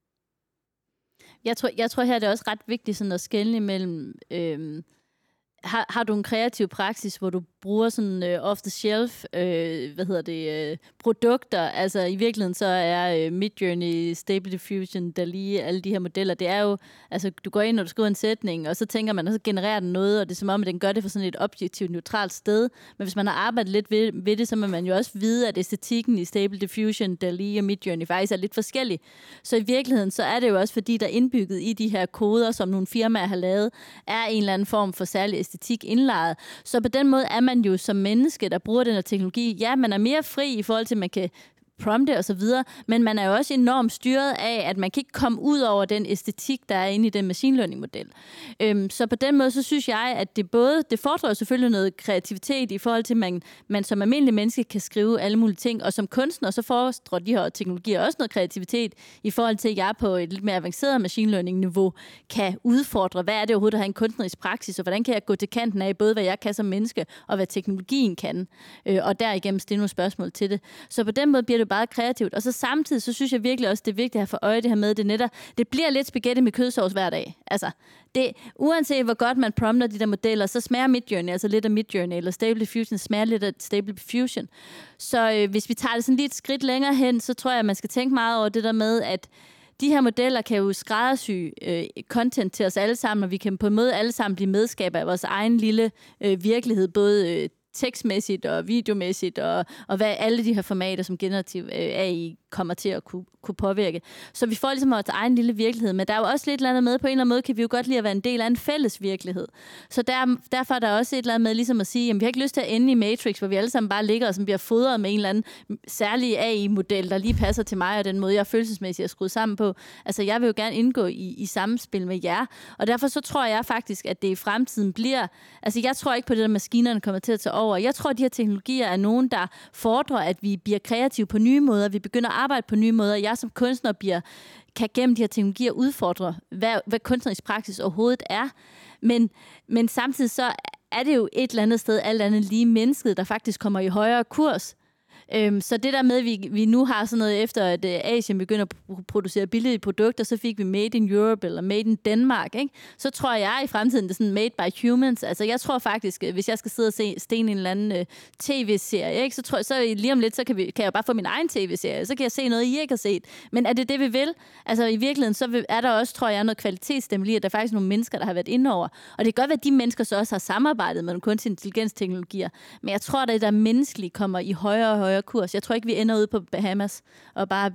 Jeg tror her, det er også ret vigtigt sådan at skelne imellem, har du en kreativ praksis, hvor du bruger sådan off-the-shelf produkter. Altså i virkeligheden så er Midjourney, Stable Diffusion, DALL-E, alle de her modeller, det er jo, altså du går ind, og du skriver en sætning, og så tænker man, og så genererer den noget, og det er som om, at den gør det for sådan et objektivt neutralt sted. Men hvis man har arbejdet lidt ved det, så må man jo også vide, at æstetikken i Stable Diffusion, DALL-E og Midjourney faktisk er lidt forskellig. Så i virkeligheden, så er det jo også, fordi der er indbygget i de her koder, som nogle firmaer har lavet, er en eller anden form for særlig æstetik indlejet. Så på den måde er man jo som menneske, der bruger den her teknologi, ja, man er mere fri i forhold til, at man kan prompte og så videre, men man er jo også enormt styret af, at man kan ikke komme ud over den æstetik, der er inde i den machine learning model. Så på den måde, så synes jeg, at det fordrer selvfølgelig noget kreativitet i forhold til, at man som almindelig menneske kan skrive alle mulige ting, og som kunstner, så fordrer de her teknologier også noget kreativitet i forhold til, at jeg på et lidt mere avanceret machine learning niveau kan udfordre, hvad er det overhovedet at have en kunstnerisk praksis, og hvordan kan jeg gå til kanten af både, hvad jeg kan som menneske, og hvad teknologien kan, og derigennem stille nogle spørgsmål til det. Så på den måde bliver det bare kreativt. Og så samtidig, så synes jeg virkelig også, det er vigtigt at have for øje det her med, det bliver lidt spaghetti med kødsovs hver dag. Altså, uanset hvor godt man prompter de der modeller, så smager Midjourney, altså lidt af Midjourney, eller Stable Diffusion smager lidt af Stable Diffusion. Så hvis vi tager det sådan lige et skridt længere hen, så tror jeg, at man skal tænke meget over det der med, at de her modeller kan jo skræddersy content til os alle sammen, og vi kan på en måde alle sammen blive medskaber af vores egen lille virkelighed, både tekstmæssigt og videomæssigt, og hvad alle de her formater, som generativ AI kommer til at kunne påvirke. Så vi får ligesom vores egen lille virkelighed, men der er jo også lidt andet med, på en eller anden måde kan vi jo godt lide at være en del af en fælles virkelighed. Så derfor er der også et eller andet med ligesom at sige, jamen vi har ikke lyst til at ende i Matrix, hvor vi alle sammen bare ligger og som bliver fodret med en eller anden særlig AI-model, der lige passer til mig og den måde, jeg følelsesmæssigt er skruet sammen på. Altså jeg vil jo gerne indgå i samspil med jer, og derfor så tror jeg faktisk, at det i fremtiden bliver, altså jeg tror ikke på det, der maskinerne kommer til at tage over. Jeg tror, at de her teknologier er nogen, der fordrer, at vi bliver kreative på nye måder, vi begynder at arbejde på nye måder. Jeg som kunstner kan gennem de her teknologier udfordre, hvad kunstnerisk praksis overhovedet er. Men samtidig så er det jo et eller andet sted, alt andet lige mennesket, der faktisk kommer i højere kurs. Så det der med, at vi nu har sådan noget efter, at Asien begynder at producere billige produkter, så fik vi Made in Europe eller Made in Denmark, ikke? Så tror jeg i fremtiden, det er sådan Made by Humans. Altså jeg tror faktisk, hvis jeg skal sidde og se en eller anden tv-serie, ikke? Så lige om lidt, så kan jeg bare få min egen tv-serie, så kan jeg se noget, I ikke har set. Men er det det, vi vil? Altså i virkeligheden, så er der også, tror jeg, noget kvalitetsstemmelig, at der er faktisk nogle mennesker, der har været inde over. Og det kan godt være, at de mennesker så også har samarbejdet med nogle kunstig intelligensteknologier. Men jeg tror, at det der menneskelige kommer i højere og højere kurs. Jeg tror ikke, vi ender ude på Bahamas og bare,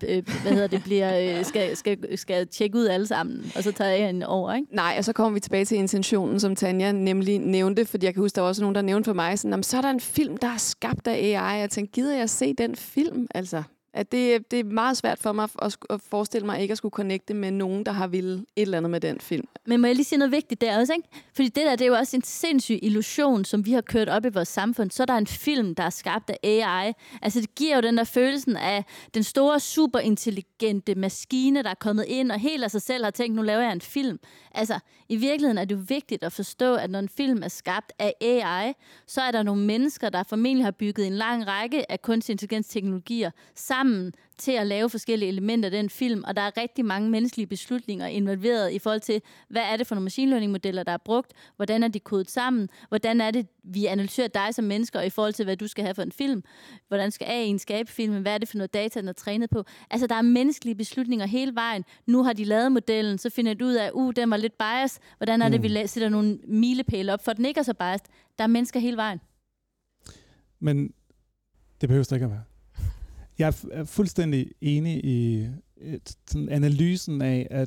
skal tjekke ud alle sammen, og så tager jeg en over, ikke? Nej, og så kommer vi tilbage til intentionen, som Tanja nemlig nævnte, fordi jeg kan huske, der var også nogen, der nævnte for mig, sådan, så er der en film, der er skabt af AI. Jeg tænkte, gider jeg se den film? Altså, at det er meget svært for mig at forestille mig ikke at skulle connecte med nogen, der har ville et eller andet med den film. Men må jeg lige sige noget vigtigt der også, ikke? Fordi det er jo også en sindssyg illusion, som vi har kørt op i vores samfund. Så er der en film, der er skabt af AI. Altså det giver jo den der følelsen af den store, superintelligente maskine, der er kommet ind og helt af sig selv har tænkt, nu laver jeg en film. Altså i virkeligheden er det jo vigtigt at forstå, at når en film er skabt af AI, så er der nogle mennesker, der formentlig har bygget en lang række af kunstig intelligensteknologier sammen til at lave forskellige elementer af den film, og der er rigtig mange menneskelige beslutninger involveret i forhold til, hvad er det for nogle machine learning modeller, der er brugt, hvordan er de kodet sammen, hvordan er det, vi analyserer dig som mennesker i forhold til, hvad du skal have for en film, hvordan skal AI'en skabe filmen, hvad er det for noget data, den er trænet på. Altså, der er menneskelige beslutninger hele vejen. Nu har de lavet modellen, så finder de ud af, den var lidt biased, hvordan er det, vi sætter nogle milepæle op, for den ikke er så biased. Der er mennesker hele vejen. Men det behøver ikke at være. Jeg er fuldstændig enig i sådan analysen af, at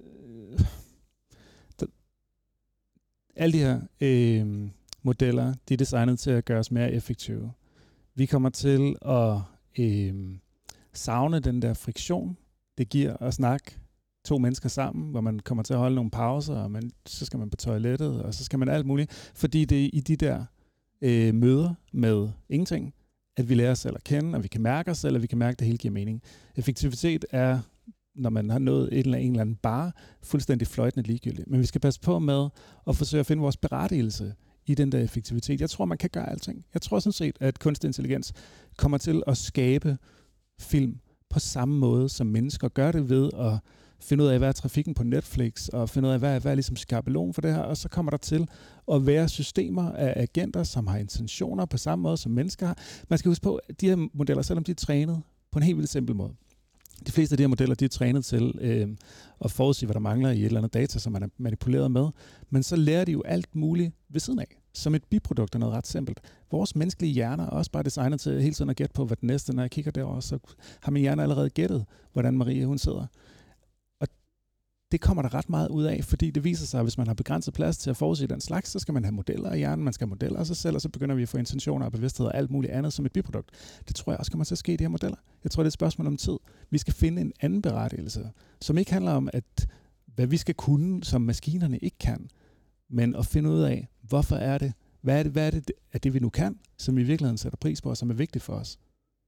alle de her modeller, de er designet til at gøre os mere effektive. Vi kommer til at savne den der friktion, det giver at snakke to mennesker sammen, hvor man kommer til at holde nogle pauser, og så skal man på toilettet, og så skal man alt muligt. Fordi det er i de der møder med ingenting, at vi lærer os selv at kende, og vi kan mærke os selv, og vi kan mærke, at det hele giver mening. Effektivitet er, når man har nået en eller anden bare, fuldstændig fløjtende ligegyldigt. Men vi skal passe på med at forsøge at finde vores berettigelse i den der effektivitet. Jeg tror, man kan gøre alting. Jeg tror sådan set, at kunstig intelligens kommer til at skabe film på samme måde, som mennesker gør det ved at finde ud af, hvad er trafikken på Netflix, og finde ud af, hvad er ligesom skabelon for det her, og så kommer der til at være systemer af agenter, som har intentioner på samme måde, som mennesker har. Man skal huske på, at de her modeller, selvom de er trænet på en helt vildt simpel måde, de fleste af de her modeller, de er trænet til at forudsige, hvad der mangler i et eller andet data, som man er manipuleret med, men så lærer de jo alt muligt ved siden af, som et biprodukt af noget ret simpelt. Vores menneskelige hjerner er også bare designet til hele tiden at gætte på, hvad den næste, når jeg kigger derovre, så har min hjerne allerede gættet, hvordan Marie hun sidder. Og det kommer der ret meget ud af, fordi det viser sig, at hvis man har begrænset plads til at forudsige den slags, så skal man have modeller i hjernen, man skal have modeller af sig selv, og så begynder vi at få intentioner og bevidsthed og alt muligt andet som et biprodukt. Det tror jeg også kommer til at ske i de her modeller. Jeg tror, det er et spørgsmål om tid. Vi skal finde en anden berettigelse, som ikke handler om, at hvad vi skal kunne, som maskinerne ikke kan, men at finde ud af, hvorfor er det, hvad er det af det, vi nu kan, som vi i virkeligheden sætter pris på, og som er vigtigt for os,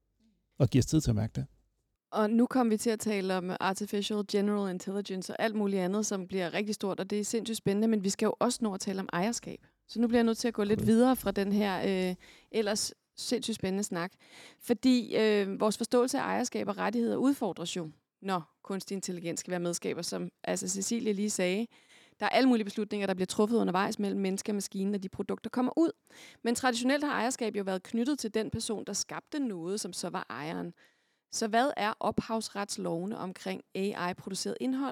og giver os tid til at mærke det. Og nu kommer vi til at tale om artificial general intelligence og alt muligt andet, som bliver rigtig stort, og det er sindssygt spændende, men vi skal jo også nå at tale om ejerskab. Så nu bliver jeg nødt til at gå lidt videre fra den her ellers sindssygt spændende snak. Fordi vores forståelse af ejerskab og rettigheder udfordres jo, når kunstig intelligens skal være medskaber, som altså Cecilie lige sagde. Der er alle mulige beslutninger, der bliver truffet undervejs mellem mennesker og maskinen, når de produkter kommer ud. Men traditionelt har ejerskab jo været knyttet til den person, der skabte noget, som så var ejeren. Så hvad er ophavsretslovene omkring AI-produceret indhold?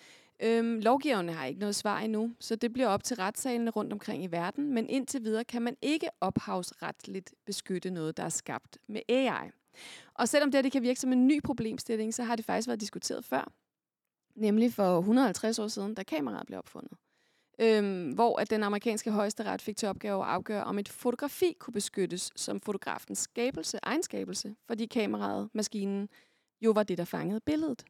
Lovgiverne har ikke noget svar endnu, så det bliver op til retssalene rundt omkring i verden, men indtil videre kan man ikke ophavsretligt beskytte noget, der er skabt med AI. Og selvom det kan virke som en ny problemstilling, så har det faktisk været diskuteret før, nemlig for 150 år siden, da kameraet blev opfundet. Hvor at den amerikanske højesteret fik til opgave at afgøre, om et fotografi kunne beskyttes som fotografens egenskabelse, fordi kameraet, maskinen, jo var det, der fangede billedet.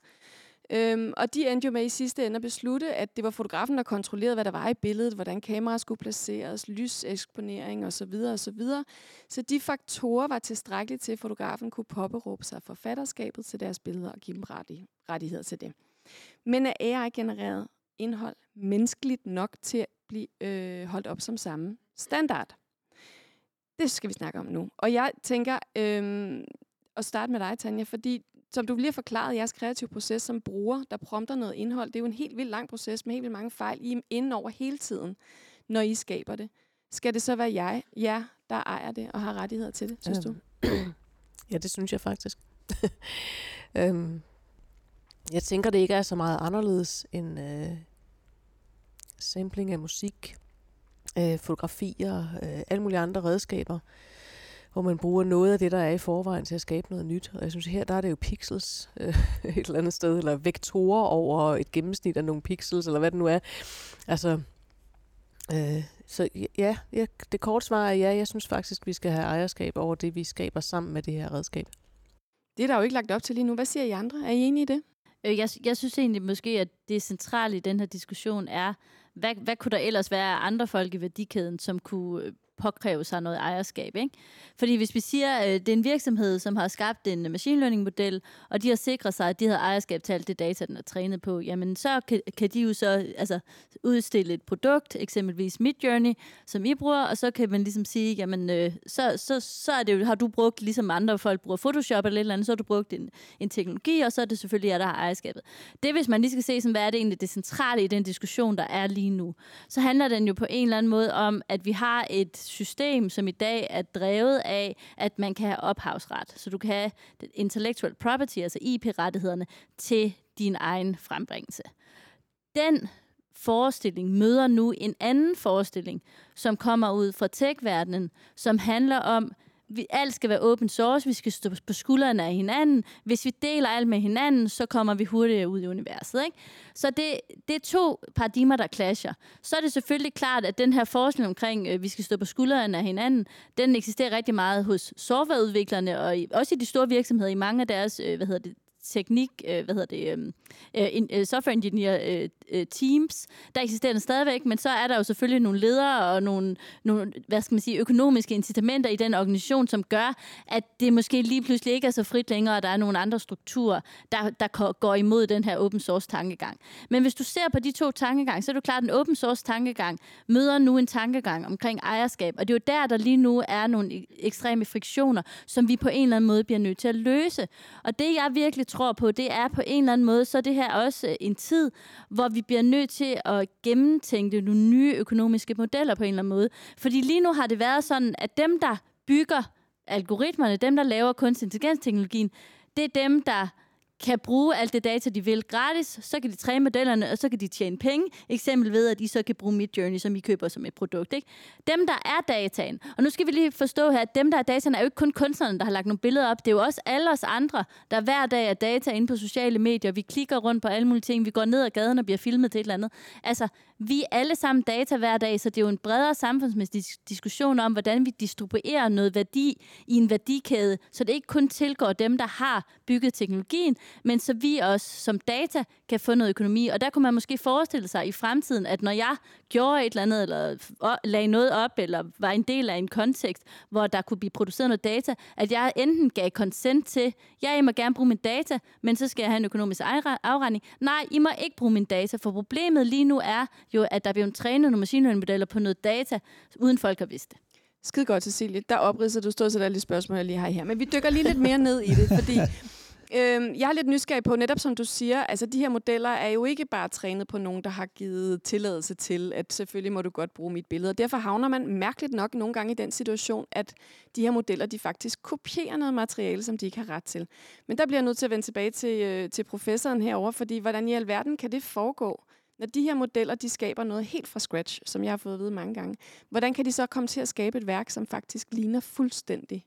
Og de endte jo med i sidste ende at beslutte, at det var fotografen, der kontrollerede, hvad der var i billedet, hvordan kameraet skulle placeres, lyseksponering osv. osv. Så de faktorer var tilstrækkelige til, at fotografen kunne påberåbe sig forfatterskabet til deres billeder og give dem rettigheder til det. Men er AI-genereret indhold menneskeligt nok til at blive holdt op som samme standard? Det skal vi snakke om nu. Og jeg tænker at starte med dig, Tanja, fordi som du lige har forklaret, jeres kreative proces som bruger, der prompter noget indhold, det er jo en helt vildt lang proces med helt vildt mange fejl, I er inde over hele tiden, når I skaber det. Skal det så være jer, der ejer det og har rettigheder til det, synes du? Ja, det synes jeg faktisk. Jeg tænker, det ikke er så meget anderledes end sampling af musik, fotografier, alle mulige andre redskaber, hvor man bruger noget af det, der er i forvejen til at skabe noget nyt. Og jeg synes, her der er det jo pixels et eller andet sted, eller vektorer over et gennemsnit af nogle pixels, eller hvad det nu er. Altså, så ja, det korte svar er ja, jeg synes faktisk, vi skal have ejerskab over det, vi skaber sammen med det her redskab. Det er der jo ikke lagt op til lige nu. Hvad siger I andre? Er I enige i det? Jeg synes egentlig måske, at det centrale i den her diskussion er, hvad kunne der ellers være af andre folk i værdikæden, som kunne påkræve sig noget ejerskab, ikke? Fordi hvis vi siger, at det er en virksomhed, som har skabt en machine learning model, og de har sikret sig, at de har ejerskab til alt det data, den er trænet på, jamen så kan de jo så udstille et produkt, eksempelvis Midjourney, som I bruger, og så kan man ligesom sige, jamen så er det jo, har du brugt, ligesom andre folk bruger Photoshop eller et eller andet, så har du brugt en teknologi, og så er det selvfølgelig jer, der har ejerskabet. Det, hvis man lige skal se, sådan, hvad er det egentlig det centrale i den diskussion, der er lige nu, så handler den jo på en eller anden måde om, at vi har et system, som i dag er drevet af, at man kan have ophavsret. Så du kan have intellectual property, altså IP-rettighederne, til din egen frembringelse. Den forestilling møder nu en anden forestilling, som kommer ud fra tech-verdenen, som handler om, alt skal være open source, vi skal stå på skuldrene af hinanden. Hvis vi deler alt med hinanden, så kommer vi hurtigere ud i universet, ikke? Så det er to paradigmer, der clasher. Så er det selvfølgelig klart, at den her forestilling omkring, vi skal stå på skuldrene af hinanden, den eksisterer rigtig meget hos softwareudviklerne, og også i de store virksomheder, i mange af deres, teknik, software engineer teams, der eksisterer den stadigvæk, men så er der jo selvfølgelig nogle ledere og nogle økonomiske incitamenter i den organisation, som gør, at det måske lige pludselig ikke er så frit længere, og der er nogle andre strukturer, der går imod den her open source tankegang. Men hvis du ser på de to tankegang, så er det klart, at den open source tankegang møder nu en tankegang omkring ejerskab, og det er jo der lige nu er nogle ekstreme friktioner, som vi på en eller anden måde bliver nødt til at løse. Og det jeg virkelig tror på, det er på en eller anden måde, så er det her også en tid, hvor vi bliver nødt til at gennemtænke nogle nye økonomiske modeller på en eller anden måde. Fordi lige nu har det været sådan, at dem, der bygger algoritmerne, dem, der laver kunstig intelligensteknologien, det er dem, der kan bruge alt det data, de vil gratis, så kan de træne modellerne, og så kan de tjene penge, eksempel ved, at de så kan bruge Midjourney, som I køber som et produkt. Ikke? Dem, der er dataen, og nu skal vi lige forstå her, at dem, der er dataen, er jo ikke kun kunstnerne, der har lagt nogle billeder op, det er jo også alle os andre, der hver dag er data inde på sociale medier, vi klikker rundt på alle mulige ting, vi går ned ad gaden og bliver filmet til et eller andet. Altså, vi er alle sammen data hver dag, så det er jo en bredere samfundsmæssig diskussion om, hvordan vi distribuerer noget værdi i en værdikæde, så det ikke kun tilgår dem, der har bygget teknologien, men så vi også som data kan få noget økonomi. Og der kunne man måske forestille sig i fremtiden, at når jeg gjorde et eller andet, eller lagde noget op, eller var en del af en kontekst, hvor der kunne blive produceret noget data, at jeg enten gav consent til, ja, I må gerne bruge min data, men så skal jeg have en økonomisk afregning. Nej, I må ikke bruge min data, for problemet lige nu er jo, at der bliver trænet nogle machine learning-modeller på noget data, uden folk har vidst det. Skide godt, Cecilie. Der opridser du stort set alle de spørgsmål, jeg lige har her. Men vi dykker lige lidt mere ned i det, fordi jeg er lidt nysgerrig på, netop som du siger, altså de her modeller er jo ikke bare trænet på nogen, der har givet tilladelse til, at selvfølgelig må du godt bruge mit billede. Og derfor havner man mærkeligt nok nogle gange i den situation, at de her modeller, de faktisk kopierer noget materiale, som de ikke har ret til. Men der bliver jeg nødt til at vende tilbage til professoren herover, fordi hvordan i alverden kan det foregå? Når de her modeller, de skaber noget helt fra scratch, som jeg har fået at vide mange gange, hvordan kan de så komme til at skabe et værk, som faktisk ligner fuldstændig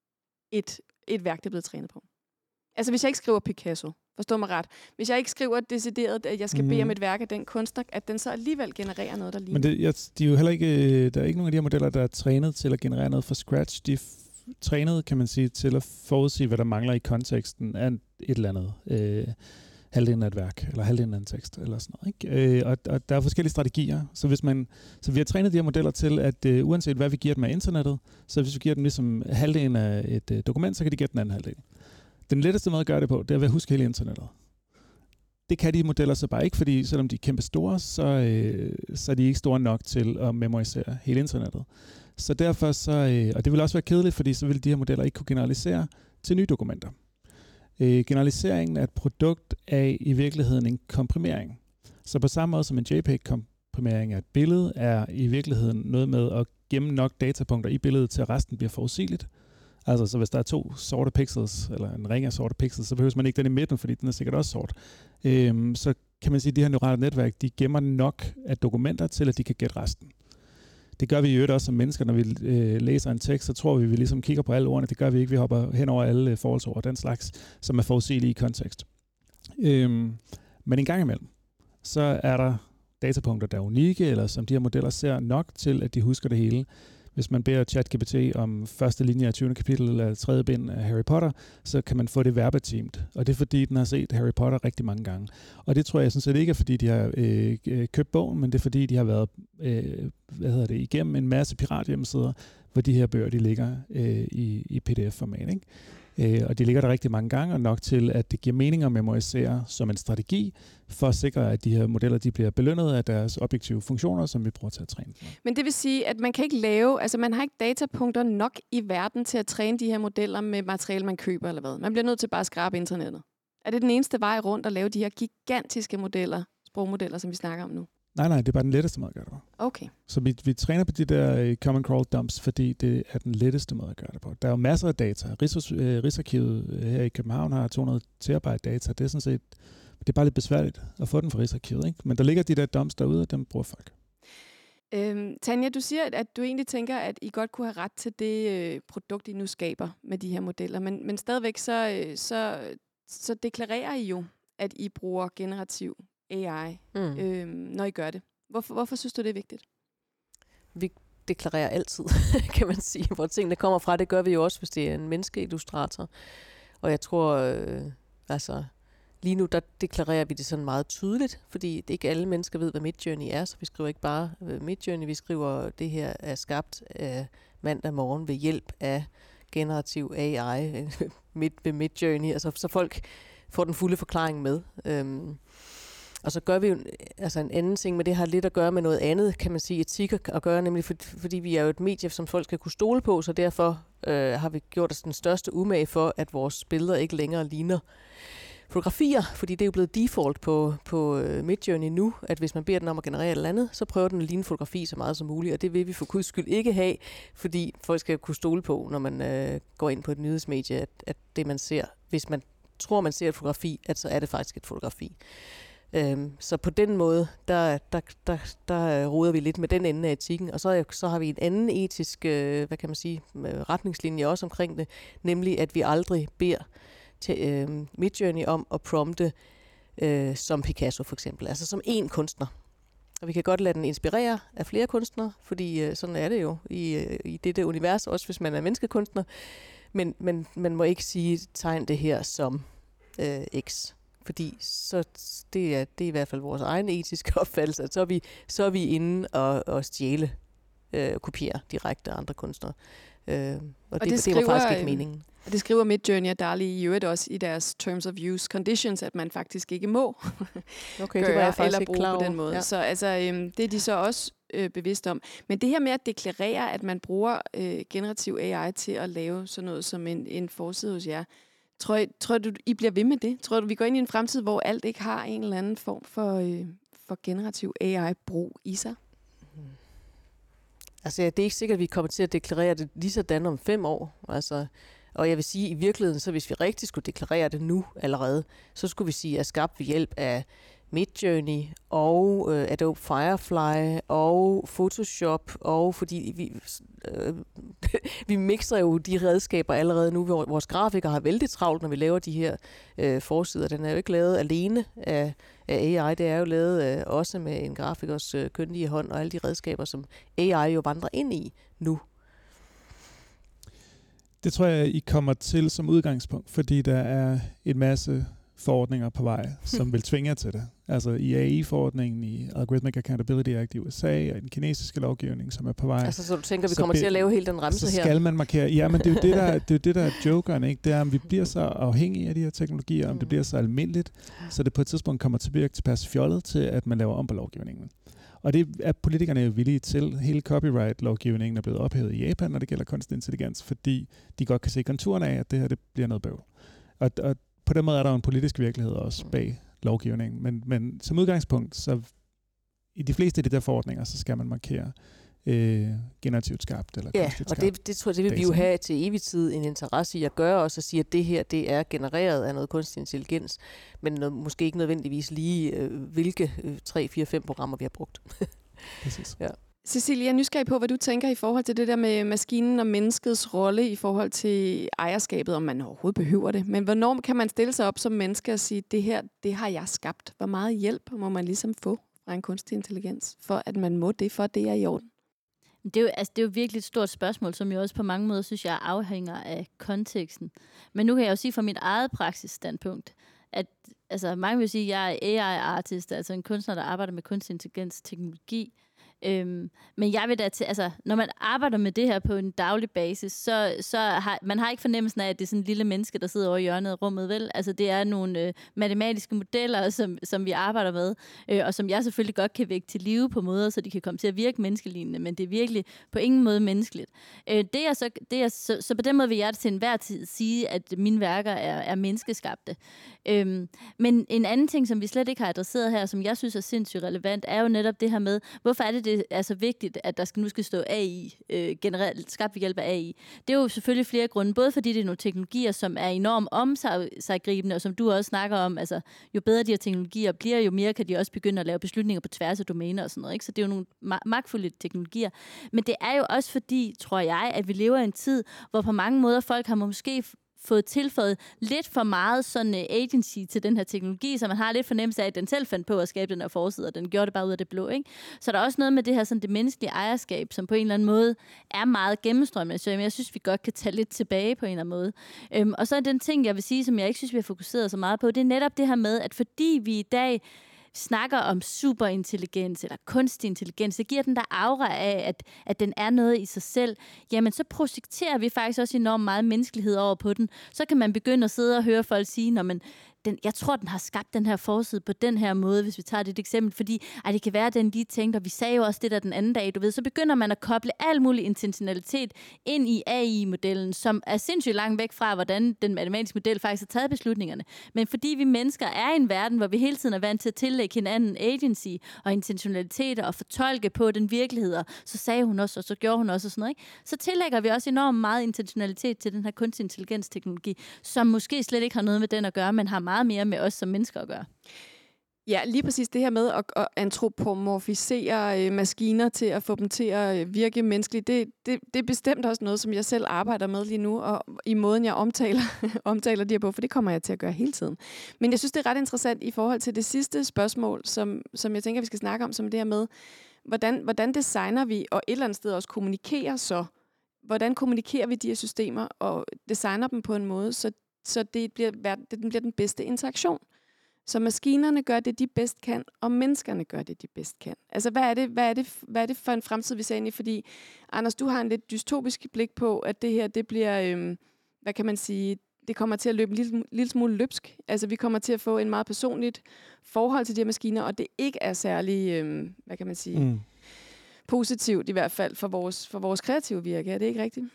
et værk, der er blevet trænet på? Altså hvis jeg ikke skriver Picasso, forstå mig ret, hvis jeg ikke skriver decideret, at jeg skal bede om et værk af den kunstner, at den så alligevel genererer noget, der ligner. Men de er jo heller ikke, der er ikke nogen af de her modeller, der er trænet til at generere noget fra scratch. De er trænet, kan man sige, til at forudsige, hvad der mangler i konteksten af et eller andet. Halvdelen af et værk, eller halvdelen af en tekst, eller sådan noget. Ikke? Og der er forskellige strategier. Så vi har trænet de her modeller til, at uanset hvad vi giver dem af internettet, så hvis vi giver dem ligesom halvdelen af et dokument, så kan de gætte den anden halvdel. Den letteste måde at gøre det på, det er ved at huske hele internettet. Det kan de modeller så bare ikke, fordi selvom de er kæmpe store, så er de ikke store nok til at memorisere hele internettet. Så derfor og det vil også være kedeligt, fordi så vil de her modeller ikke kunne generalisere til nye dokumenter. Generaliseringen af et produkt er i virkeligheden en komprimering. Så på samme måde som en JPEG-komprimering af et billede, er i virkeligheden noget med at gemme nok datapunkter i billedet, til at resten bliver forudsigeligt. Altså, så hvis der er 2 sorte pixels, eller en ring af sorte pixels, så behøver man ikke den i midten, fordi den er sikkert også sort. Så kan man sige, at de her neurale netværk, de gemmer nok af dokumenter til, at de kan gætte resten. Det gør vi i øvrigt også som mennesker, når vi læser en tekst, så tror vi ligesom kigger på alle ordene. Det gør vi ikke, vi hopper hen over alle forholdsord og den slags, som er forudsigelige i kontekst. Men en gang imellem, så er der datapunkter, der er unikke, eller som de her modeller ser nok til, at de husker det hele. Hvis man beder ChatGPT om første linje af 20. kapitel eller 3. bind af Harry Potter, så kan man få det verbatimt. Og det er fordi, den har set Harry Potter rigtig mange gange. Og det tror jeg sådan set ikke er, fordi de har købt bogen, men det er fordi, de har været igennem en masse pirathjemmesider, hvor de her bøger de ligger i PDF-format. Ikke? Og de ligger der rigtig mange gange, og nok til, at det giver mening at memorisere som en strategi, for at sikre, at de her modeller de bliver belønnet af deres objektive funktioner, som vi bruger til at træne. Men det vil sige, at man kan ikke man har ikke datapunkter nok i verden til at træne de her modeller med materiale, man køber eller hvad. Man bliver nødt til bare at skrabe internettet. Er det den eneste vej rundt at lave de her gigantiske modeller, sprogmodeller, som vi snakker om nu? Nej, det er bare den letteste måde at gøre det på. Okay. Så vi træner på de der common crawl dumps, fordi det er den letteste måde at gøre det på. Der er jo masser af data. Rigsarkivet her i København har 200 terabyte data. Det er sådan set, det er bare lidt besværligt at få den fra Rigsarkivet, ikke? Men der ligger de der dumps derude, og dem bruger folk. Tanja, du siger, at du egentlig tænker, at I godt kunne have ret til det produkt, I nu skaber med de her modeller, men stadigvæk så deklarerer I jo, at I bruger generativ AI, når I gør det. Hvorfor synes du, det er vigtigt? Vi deklarerer altid, kan man sige, hvor tingene kommer fra. Det gør vi jo også, hvis det er en menneskeillustrator. Og jeg tror, lige nu, der deklarerer vi det sådan meget tydeligt, fordi det ikke alle mennesker ved, hvad Midjourney er, så vi skriver ikke bare Midjourney, vi skriver, det her er skabt mandag morgen ved hjælp af generativ AI ved Midjourney, altså så folk får den fulde forklaring med. Og så gør vi jo en anden ting, men det har lidt at gøre med noget andet, kan man sige, etik at gøre, nemlig fordi vi er jo et medie, som folk skal kunne stole på, så derfor har vi gjort os den største umage for, at vores billeder ikke længere ligner fotografier, fordi det er jo blevet default på Midjourney nu, at hvis man beder den om at generere et eller andet, så prøver den at ligne fotografi så meget som muligt, og det vil vi for guds skyld ikke have, fordi folk skal kunne stole på, når man går ind på et nyhedsmedie, at det man ser, hvis man tror, man ser et fotografi, at så er det faktisk et fotografi. Så på den måde, der roder vi lidt med den ende af etikken, og så har vi en anden etisk, retningslinje også omkring det, nemlig at vi aldrig beder til Midjourney om at prompte som Picasso for eksempel, altså som én kunstner. Og vi kan godt lade den inspirere af flere kunstnere, fordi sådan er det jo i dette univers, også hvis man er menneskekunstner, men man må ikke sige, tegn det her som X. Fordi så det er i hvert fald vores egen etiske opfattelse, at så er vi inde og stjæle, kopiere direkte af andre kunstnere. Og det var faktisk ikke meningen. Og det skriver Midjourney og DALL-E i øvrigt også i deres Terms of Use Conditions, at man faktisk ikke må okay, det var jeg eller bruge på den måde. Ja. Så altså, det er de så også bevidst om. Men det her med at deklarere, at man bruger generativ AI til at lave sådan noget som en forside hos jer, tror du, I bliver ved med det? Tror du, vi går ind i en fremtid, hvor alt ikke har en eller anden form for generativ AI-brug i sig? Altså, det er ikke sikkert, at vi kommer til at deklarere det lige sådan om 5 år. Altså, og jeg vil sige, at i virkeligheden, så hvis vi rigtig skulle deklarere det nu allerede, så skulle vi sige, at skabt ved hjælp af Midjourney og Adobe Firefly og Photoshop, og fordi vi mixer jo de redskaber allerede nu, hvor vores grafikere har vældig travlt, når vi laver de her forsider. Den er jo ikke lavet alene af AI, det er jo lavet også med en grafikers kyndige hånd og alle de redskaber, som AI jo vandrer ind i nu. Det tror jeg, I kommer til som udgangspunkt, fordi der er en masse forordninger på vej, som vil tvinge jer til det. Altså i AI-forordningen, i Algorithmic Accountability Act i USA, og i den kinesiske lovgivning, som er på vej. Altså så du tænker, vi kommer til at lave hele den remse her? Så skal man markere. Ja, men det er jo det, der er jokeren, ikke? Det er, om vi bliver så afhængige af de her teknologier, om det bliver så almindeligt, så det på et tidspunkt kommer til at virke tilpas fjollet til, at man laver om på lovgivningen. Og det er politikerne jo villige til. Hele copyright-lovgivningen er blevet ophævet i Japan, når det gælder kunstig intelligens, fordi de godt kan se konturerne af, at det her det bliver noget bøvl. Og på den måde er der jo en politisk virkelighed også bag lovgivningen. Men som udgangspunkt, så i de fleste af de der forordninger, så skal man markere generativt skabt eller kunstigt skabt. Ja, og det tror jeg, det vil vi jo have til evig tid en interesse i at gøre, og så sige, at det her, det er genereret af noget kunstig intelligens, men måske ikke nødvendigvis lige, hvilke 3, 4, 5 programmer vi har brugt. Præcis. Ja. Cecilie, jeg er nysgerrig på, hvad du tænker i forhold til det der med maskinen og menneskets rolle i forhold til ejerskabet, om man overhovedet behøver det. Men hvornår kan man stille sig op som menneske og sige, det her, det har jeg skabt? Hvor meget hjælp må man ligesom få fra en kunstig intelligens, for at man må det, for det er i orden? Det er jo virkelig et stort spørgsmål, som jeg også på mange måder synes, jeg afhænger af konteksten. Men nu kan jeg jo sige fra mit eget praksisstandpunkt, at altså, mange vil sige, at jeg er AI-artist, altså en kunstner, der arbejder med kunstig intelligens teknologi. Men jeg vil da til, altså, når man arbejder med det her på en daglig basis, så har man har ikke fornemmelsen af, at det er sådan en lille menneske, der sidder over i hjørnet af rummet, vel? Altså, det er nogle matematiske modeller, som vi arbejder med, og som jeg selvfølgelig godt kan vække til live på måder, så de kan komme til at virke menneskelignende, men det er virkelig på ingen måde menneskeligt. Så på den måde vil jeg til enhver tid sige, at mine værker er menneskeskabte. Men en anden ting, som vi slet ikke har adresseret her, som jeg synes er sindssygt relevant, er jo netop det her med, hvorfor er det er så vigtigt, at der nu skal stå AI, generelt skabt ved hjælp af AI. Det er jo selvfølgelig flere grunde, både fordi det er nogle teknologier, som er enormt omsaggribende, og som du også snakker om, altså jo bedre de her teknologier bliver, jo mere kan de også begynde at lave beslutninger på tværs af domæner og sådan noget, ikke? Så det er jo nogle magtfulde teknologier. Men det er jo også fordi, tror jeg, at vi lever i en tid, hvor på mange måder folk har måske fået tilføjet lidt for meget sådan agency til den her teknologi, så man har lidt fornemmelse af, at den selv fandt på at skabe den her forside, og den gjorde det bare ud af det blå, ikke? Så der er også noget med det her sådan det menneskelige ejerskab, som på en eller anden måde er meget gennemstrømmende, så jeg synes, vi godt kan tage lidt tilbage på en eller anden måde. Og så er den ting, jeg vil sige, som jeg ikke synes, vi har fokuseret så meget på, det er netop det her med, at fordi vi i dag snakker om superintelligens eller kunstig intelligens, det giver den der aura af, at den er noget i sig selv, jamen så projekterer vi faktisk også enormt meget menneskelighed over på den. Så kan man begynde at sidde og høre folk sige, når man jeg tror, den har skabt den her forside på den her måde, hvis vi tager det et eksempel, fordi det kan være, at den lige tænkte, og vi sagde jo også det der den anden dag, du ved, så begynder man at koble al mulig intentionalitet ind i AI-modellen, som er sindssygt langt væk fra, hvordan den matematiske model faktisk har taget beslutningerne. Men fordi vi mennesker er i en verden, hvor vi hele tiden er vant til at tillægge hinanden agency og intentionaliteter og fortolke på den virkelighed, og så sagde hun også, og så gjorde hun også, og sådan noget, ikke? Så tillægger vi også enormt meget intentionalitet til den her kunstig intelligensteknologi, som måske slet ikke har noget med den at gøre, men har meget mere med os som mennesker at gøre. Ja, lige præcis det her med at antropomorfisere maskiner til at få dem til at virke menneskeligt, det er bestemt også noget, som jeg selv arbejder med lige nu, og i måden, jeg omtaler de her på, for det kommer jeg til at gøre hele tiden. Men jeg synes, det er ret interessant i forhold til det sidste spørgsmål, som jeg tænker, vi skal snakke om, som det her med, hvordan designer vi, og et eller andet sted også kommunikerer så, hvordan kommunikerer vi de her systemer, og designer dem på en måde, så det bliver den bedste interaktion. Så maskinerne gør det, de bedst kan, og menneskerne gør det, de bedst kan. Altså, hvad er det for en fremtid, vi ser ind i? Fordi, Anders, du har en lidt dystopisk blik på, at det her, det bliver, hvad kan man sige, det kommer til at løbe en lille smule løbsk. Altså, vi kommer til at få en meget personligt forhold til de her maskiner, og det ikke er særlig, hvad kan man sige, positivt i hvert fald for vores kreative virke. Er det ikke rigtigt?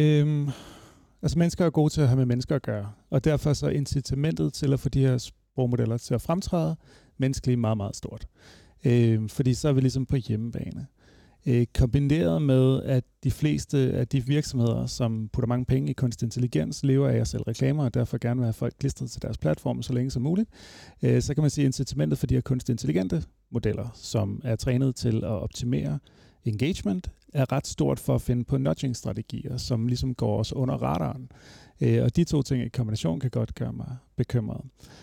Altså, mennesker er gode til at have med mennesker at gøre, og derfor så incitamentet til at få de her sprogmodeller til at fremtræde menneskeligt meget, meget stort. Fordi så er vi ligesom på hjemmebane. Kombineret med, at de fleste af de virksomheder, som putter mange penge i kunstig intelligens, lever af at sælge reklamer, og derfor gerne vil have folk klistret til deres platform så længe som muligt, så kan man sige, at incitamentet for de her kunstig intelligente modeller, som er trænet til at optimere engagement, er ret stort for at finde på nudging-strategier, som ligesom går os under radaren. Og de to ting i kombination kan godt gøre mig bekymret.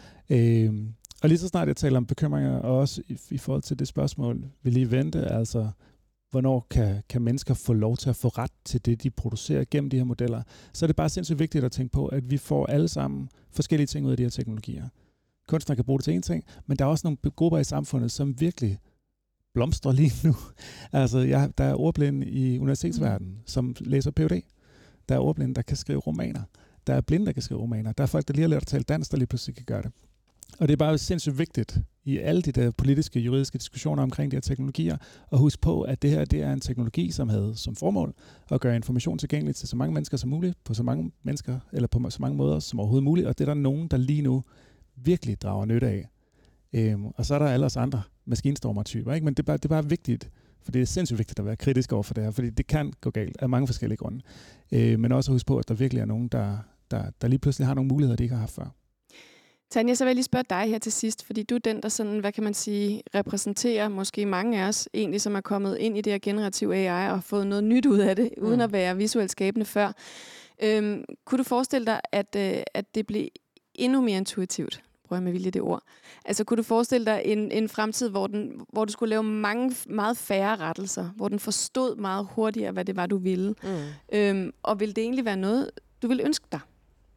Og lige så snart jeg taler om bekymringer, og også i forhold til det spørgsmål, vi lige vente, altså hvornår kan mennesker få lov til at få ret til det, de producerer gennem de her modeller, så er det bare sindssygt vigtigt at tænke på, at vi får alle sammen forskellige ting ud af de her teknologier. Kunstnere kan bruge det til en ting, men der er også nogle grupper i samfundet, som virkelig blomstrer lige nu. Altså, der er ordblinde i universitetsverdenen, som læser Ph.D. Der er ordblinde, der kan skrive romaner. Der er blinde, der kan skrive romaner. Der er folk, der lige har lært at tale dansk, der lige pludselig kan gøre det. Og det er bare sindssygt vigtigt i alle de der politiske, juridiske diskussioner omkring de her teknologier, at huske på, at det her det er en teknologi, som havde som formål at gøre information tilgængelig til så mange mennesker som muligt, på så mange mennesker, eller på så mange måder som overhovedet muligt. Og det er der nogen, der lige nu virkelig drager nytte af. Og så er der alle os andre maskinstormer-typer, ikke? Men det er bare vigtigt, for det er sindssygt vigtigt at være kritisk over for det her, fordi det kan gå galt af mange forskellige grunde. Men også at huske på, at der virkelig er nogen, der lige pludselig har nogle muligheder, de ikke har haft før. Tanja, så vil jeg lige spørge dig her til sidst, fordi du er den, der sådan, hvad kan man sige, repræsenterer måske mange af os egentlig, som er kommet ind i det her generative AI og fået noget nyt ud af det, uden at være visuelt skabende før. Kunne du forestille dig, at det blev endnu mere intuitivt? Prøver jeg med vilje det ord. Altså, kunne du forestille dig en fremtid, hvor du skulle lave meget færre rettelser, hvor den forstod meget hurtigere, hvad det var, du ville? Og ville det egentlig være noget, du ville ønske dig?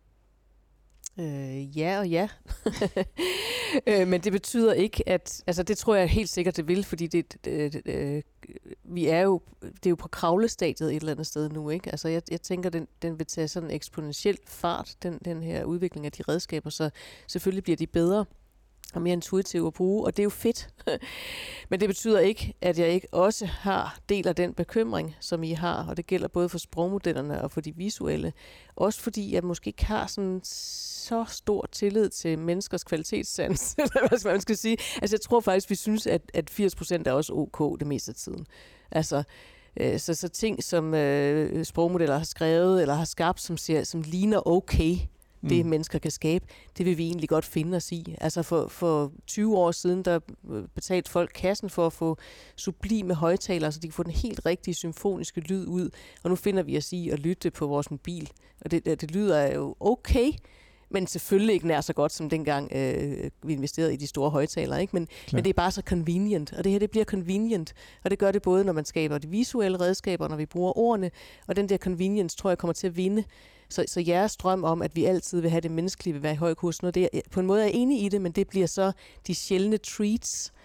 Ja og ja. Men det betyder ikke, at... Altså, det tror jeg helt sikkert, det vil, fordi det er jo på kravlestadiet et eller andet sted nu, ikke? Altså, jeg tænker, den vil tage sådan en eksponentiel fart, den her udvikling af de redskaber, så selvfølgelig bliver de bedre og mere intuitive at bruge, og det er jo fedt. Men det betyder ikke, at jeg ikke også deler den bekymring, som I har, og det gælder både for sprogmodellerne og for de visuelle. Også fordi jeg måske ikke har sådan så stor tillid til menneskers kvalitetssans, eller hvad man skal sige. Altså jeg tror faktisk, vi synes, at 80% er også ok det meste af tiden. Altså, så ting, som sprogmodeller har skrevet eller har skabt, som ligner okay, det mennesker kan skabe, det vil vi egentlig godt finde os i. Altså for 20 år siden, der betalte folk kassen for at få sublime højtalere, så de kan få den helt rigtige symfoniske lyd ud. Og nu finder vi os i at lytte på vores mobil. Og det lyder jo okay, men selvfølgelig ikke nær så godt, som dengang vi investerede i de store højtalere. Ikke? Men det er bare så convenient, og det her det bliver convenient. Og det gør det både, når man skaber de visuelle redskaber, når vi bruger ordene, og den der convenience, tror jeg, kommer til at vinde. Så jeres drøm om, at vi altid vil have det menneskelige, vil være i høj kurs, det på en måde er jeg enig i det, men det bliver så de sjældne treats,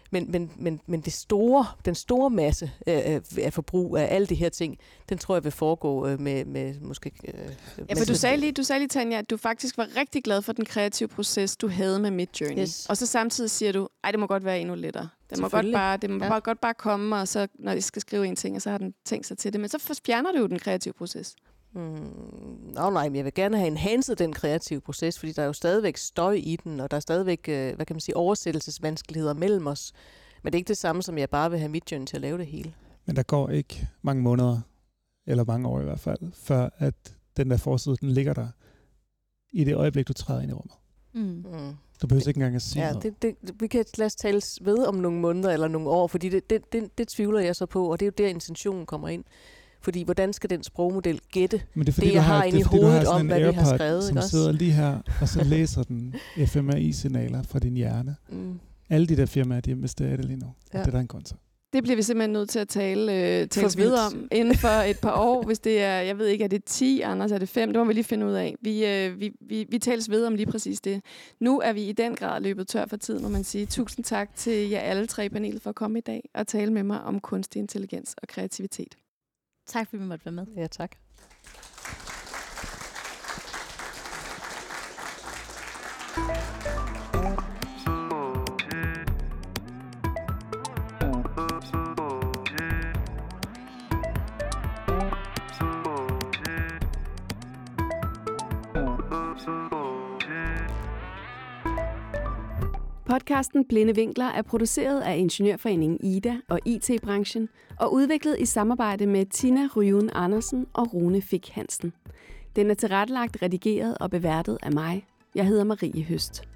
Men den store masse af forbrug af alle de her ting, den tror jeg vil foregå med måske... Ja, for du sagde lige, Tanja, at du faktisk var rigtig glad for den kreative proces, du havde med Midjourney. Yes. Og så samtidig siger du, det må godt være endnu lettere. Det må godt bare komme, og så når jeg skal skrive en ting, og så har den tænkt sig til det. Men så fjerner du jo den kreative proces. Nej, men jeg vil gerne have enhanced den kreative proces, fordi der er jo stadigvæk støj i den, og der er stadigvæk, oversættelsesvanskeligheder mellem os. Men det er ikke det samme, som jeg bare vil have Midjourney til at lave det hele. Men der går ikke mange måneder, eller mange år i hvert fald, før at den der forside, den ligger der i det øjeblik, du træder ind i rummet. Du behøver ikke engang at sige noget. Vi kan lade os tale ved om nogle måneder eller nogle år, fordi det tvivler jeg så på, og det er jo der, intentionen kommer ind. Fordi hvordan skal den sprogmodel gætte Men det er fordi, jeg har inde i hovedet om, hvad vi har skrevet? Som sidder lige her, og så læser den fMRI-signaler fra din hjerne. Alle de der firmaer, de investerer det lige nu. Ja. Det er der en grund til. Det bliver vi simpelthen nødt til at tale videre om inden for et par år. Hvis det er, jeg ved ikke, er det 10, Anders, er det 5? Det må vi lige finde ud af. Vi tales ved om lige præcis det. Nu er vi i den grad løbet tør for tid, må man sige. Tusind tak til jer alle tre panelet for at komme i dag og tale med mig om kunstig intelligens og kreativitet. Tak fordi vi måtte være med. Ja, tak. Podcasten Blinde Vinkler er produceret af Ingeniørforeningen IDA og IT-branchen og udviklet i samarbejde med Tina Ryun Andersen og Rune Fik Hansen. Den er tilrettelagt, redigeret og beværtet af mig. Jeg hedder Marie Høst.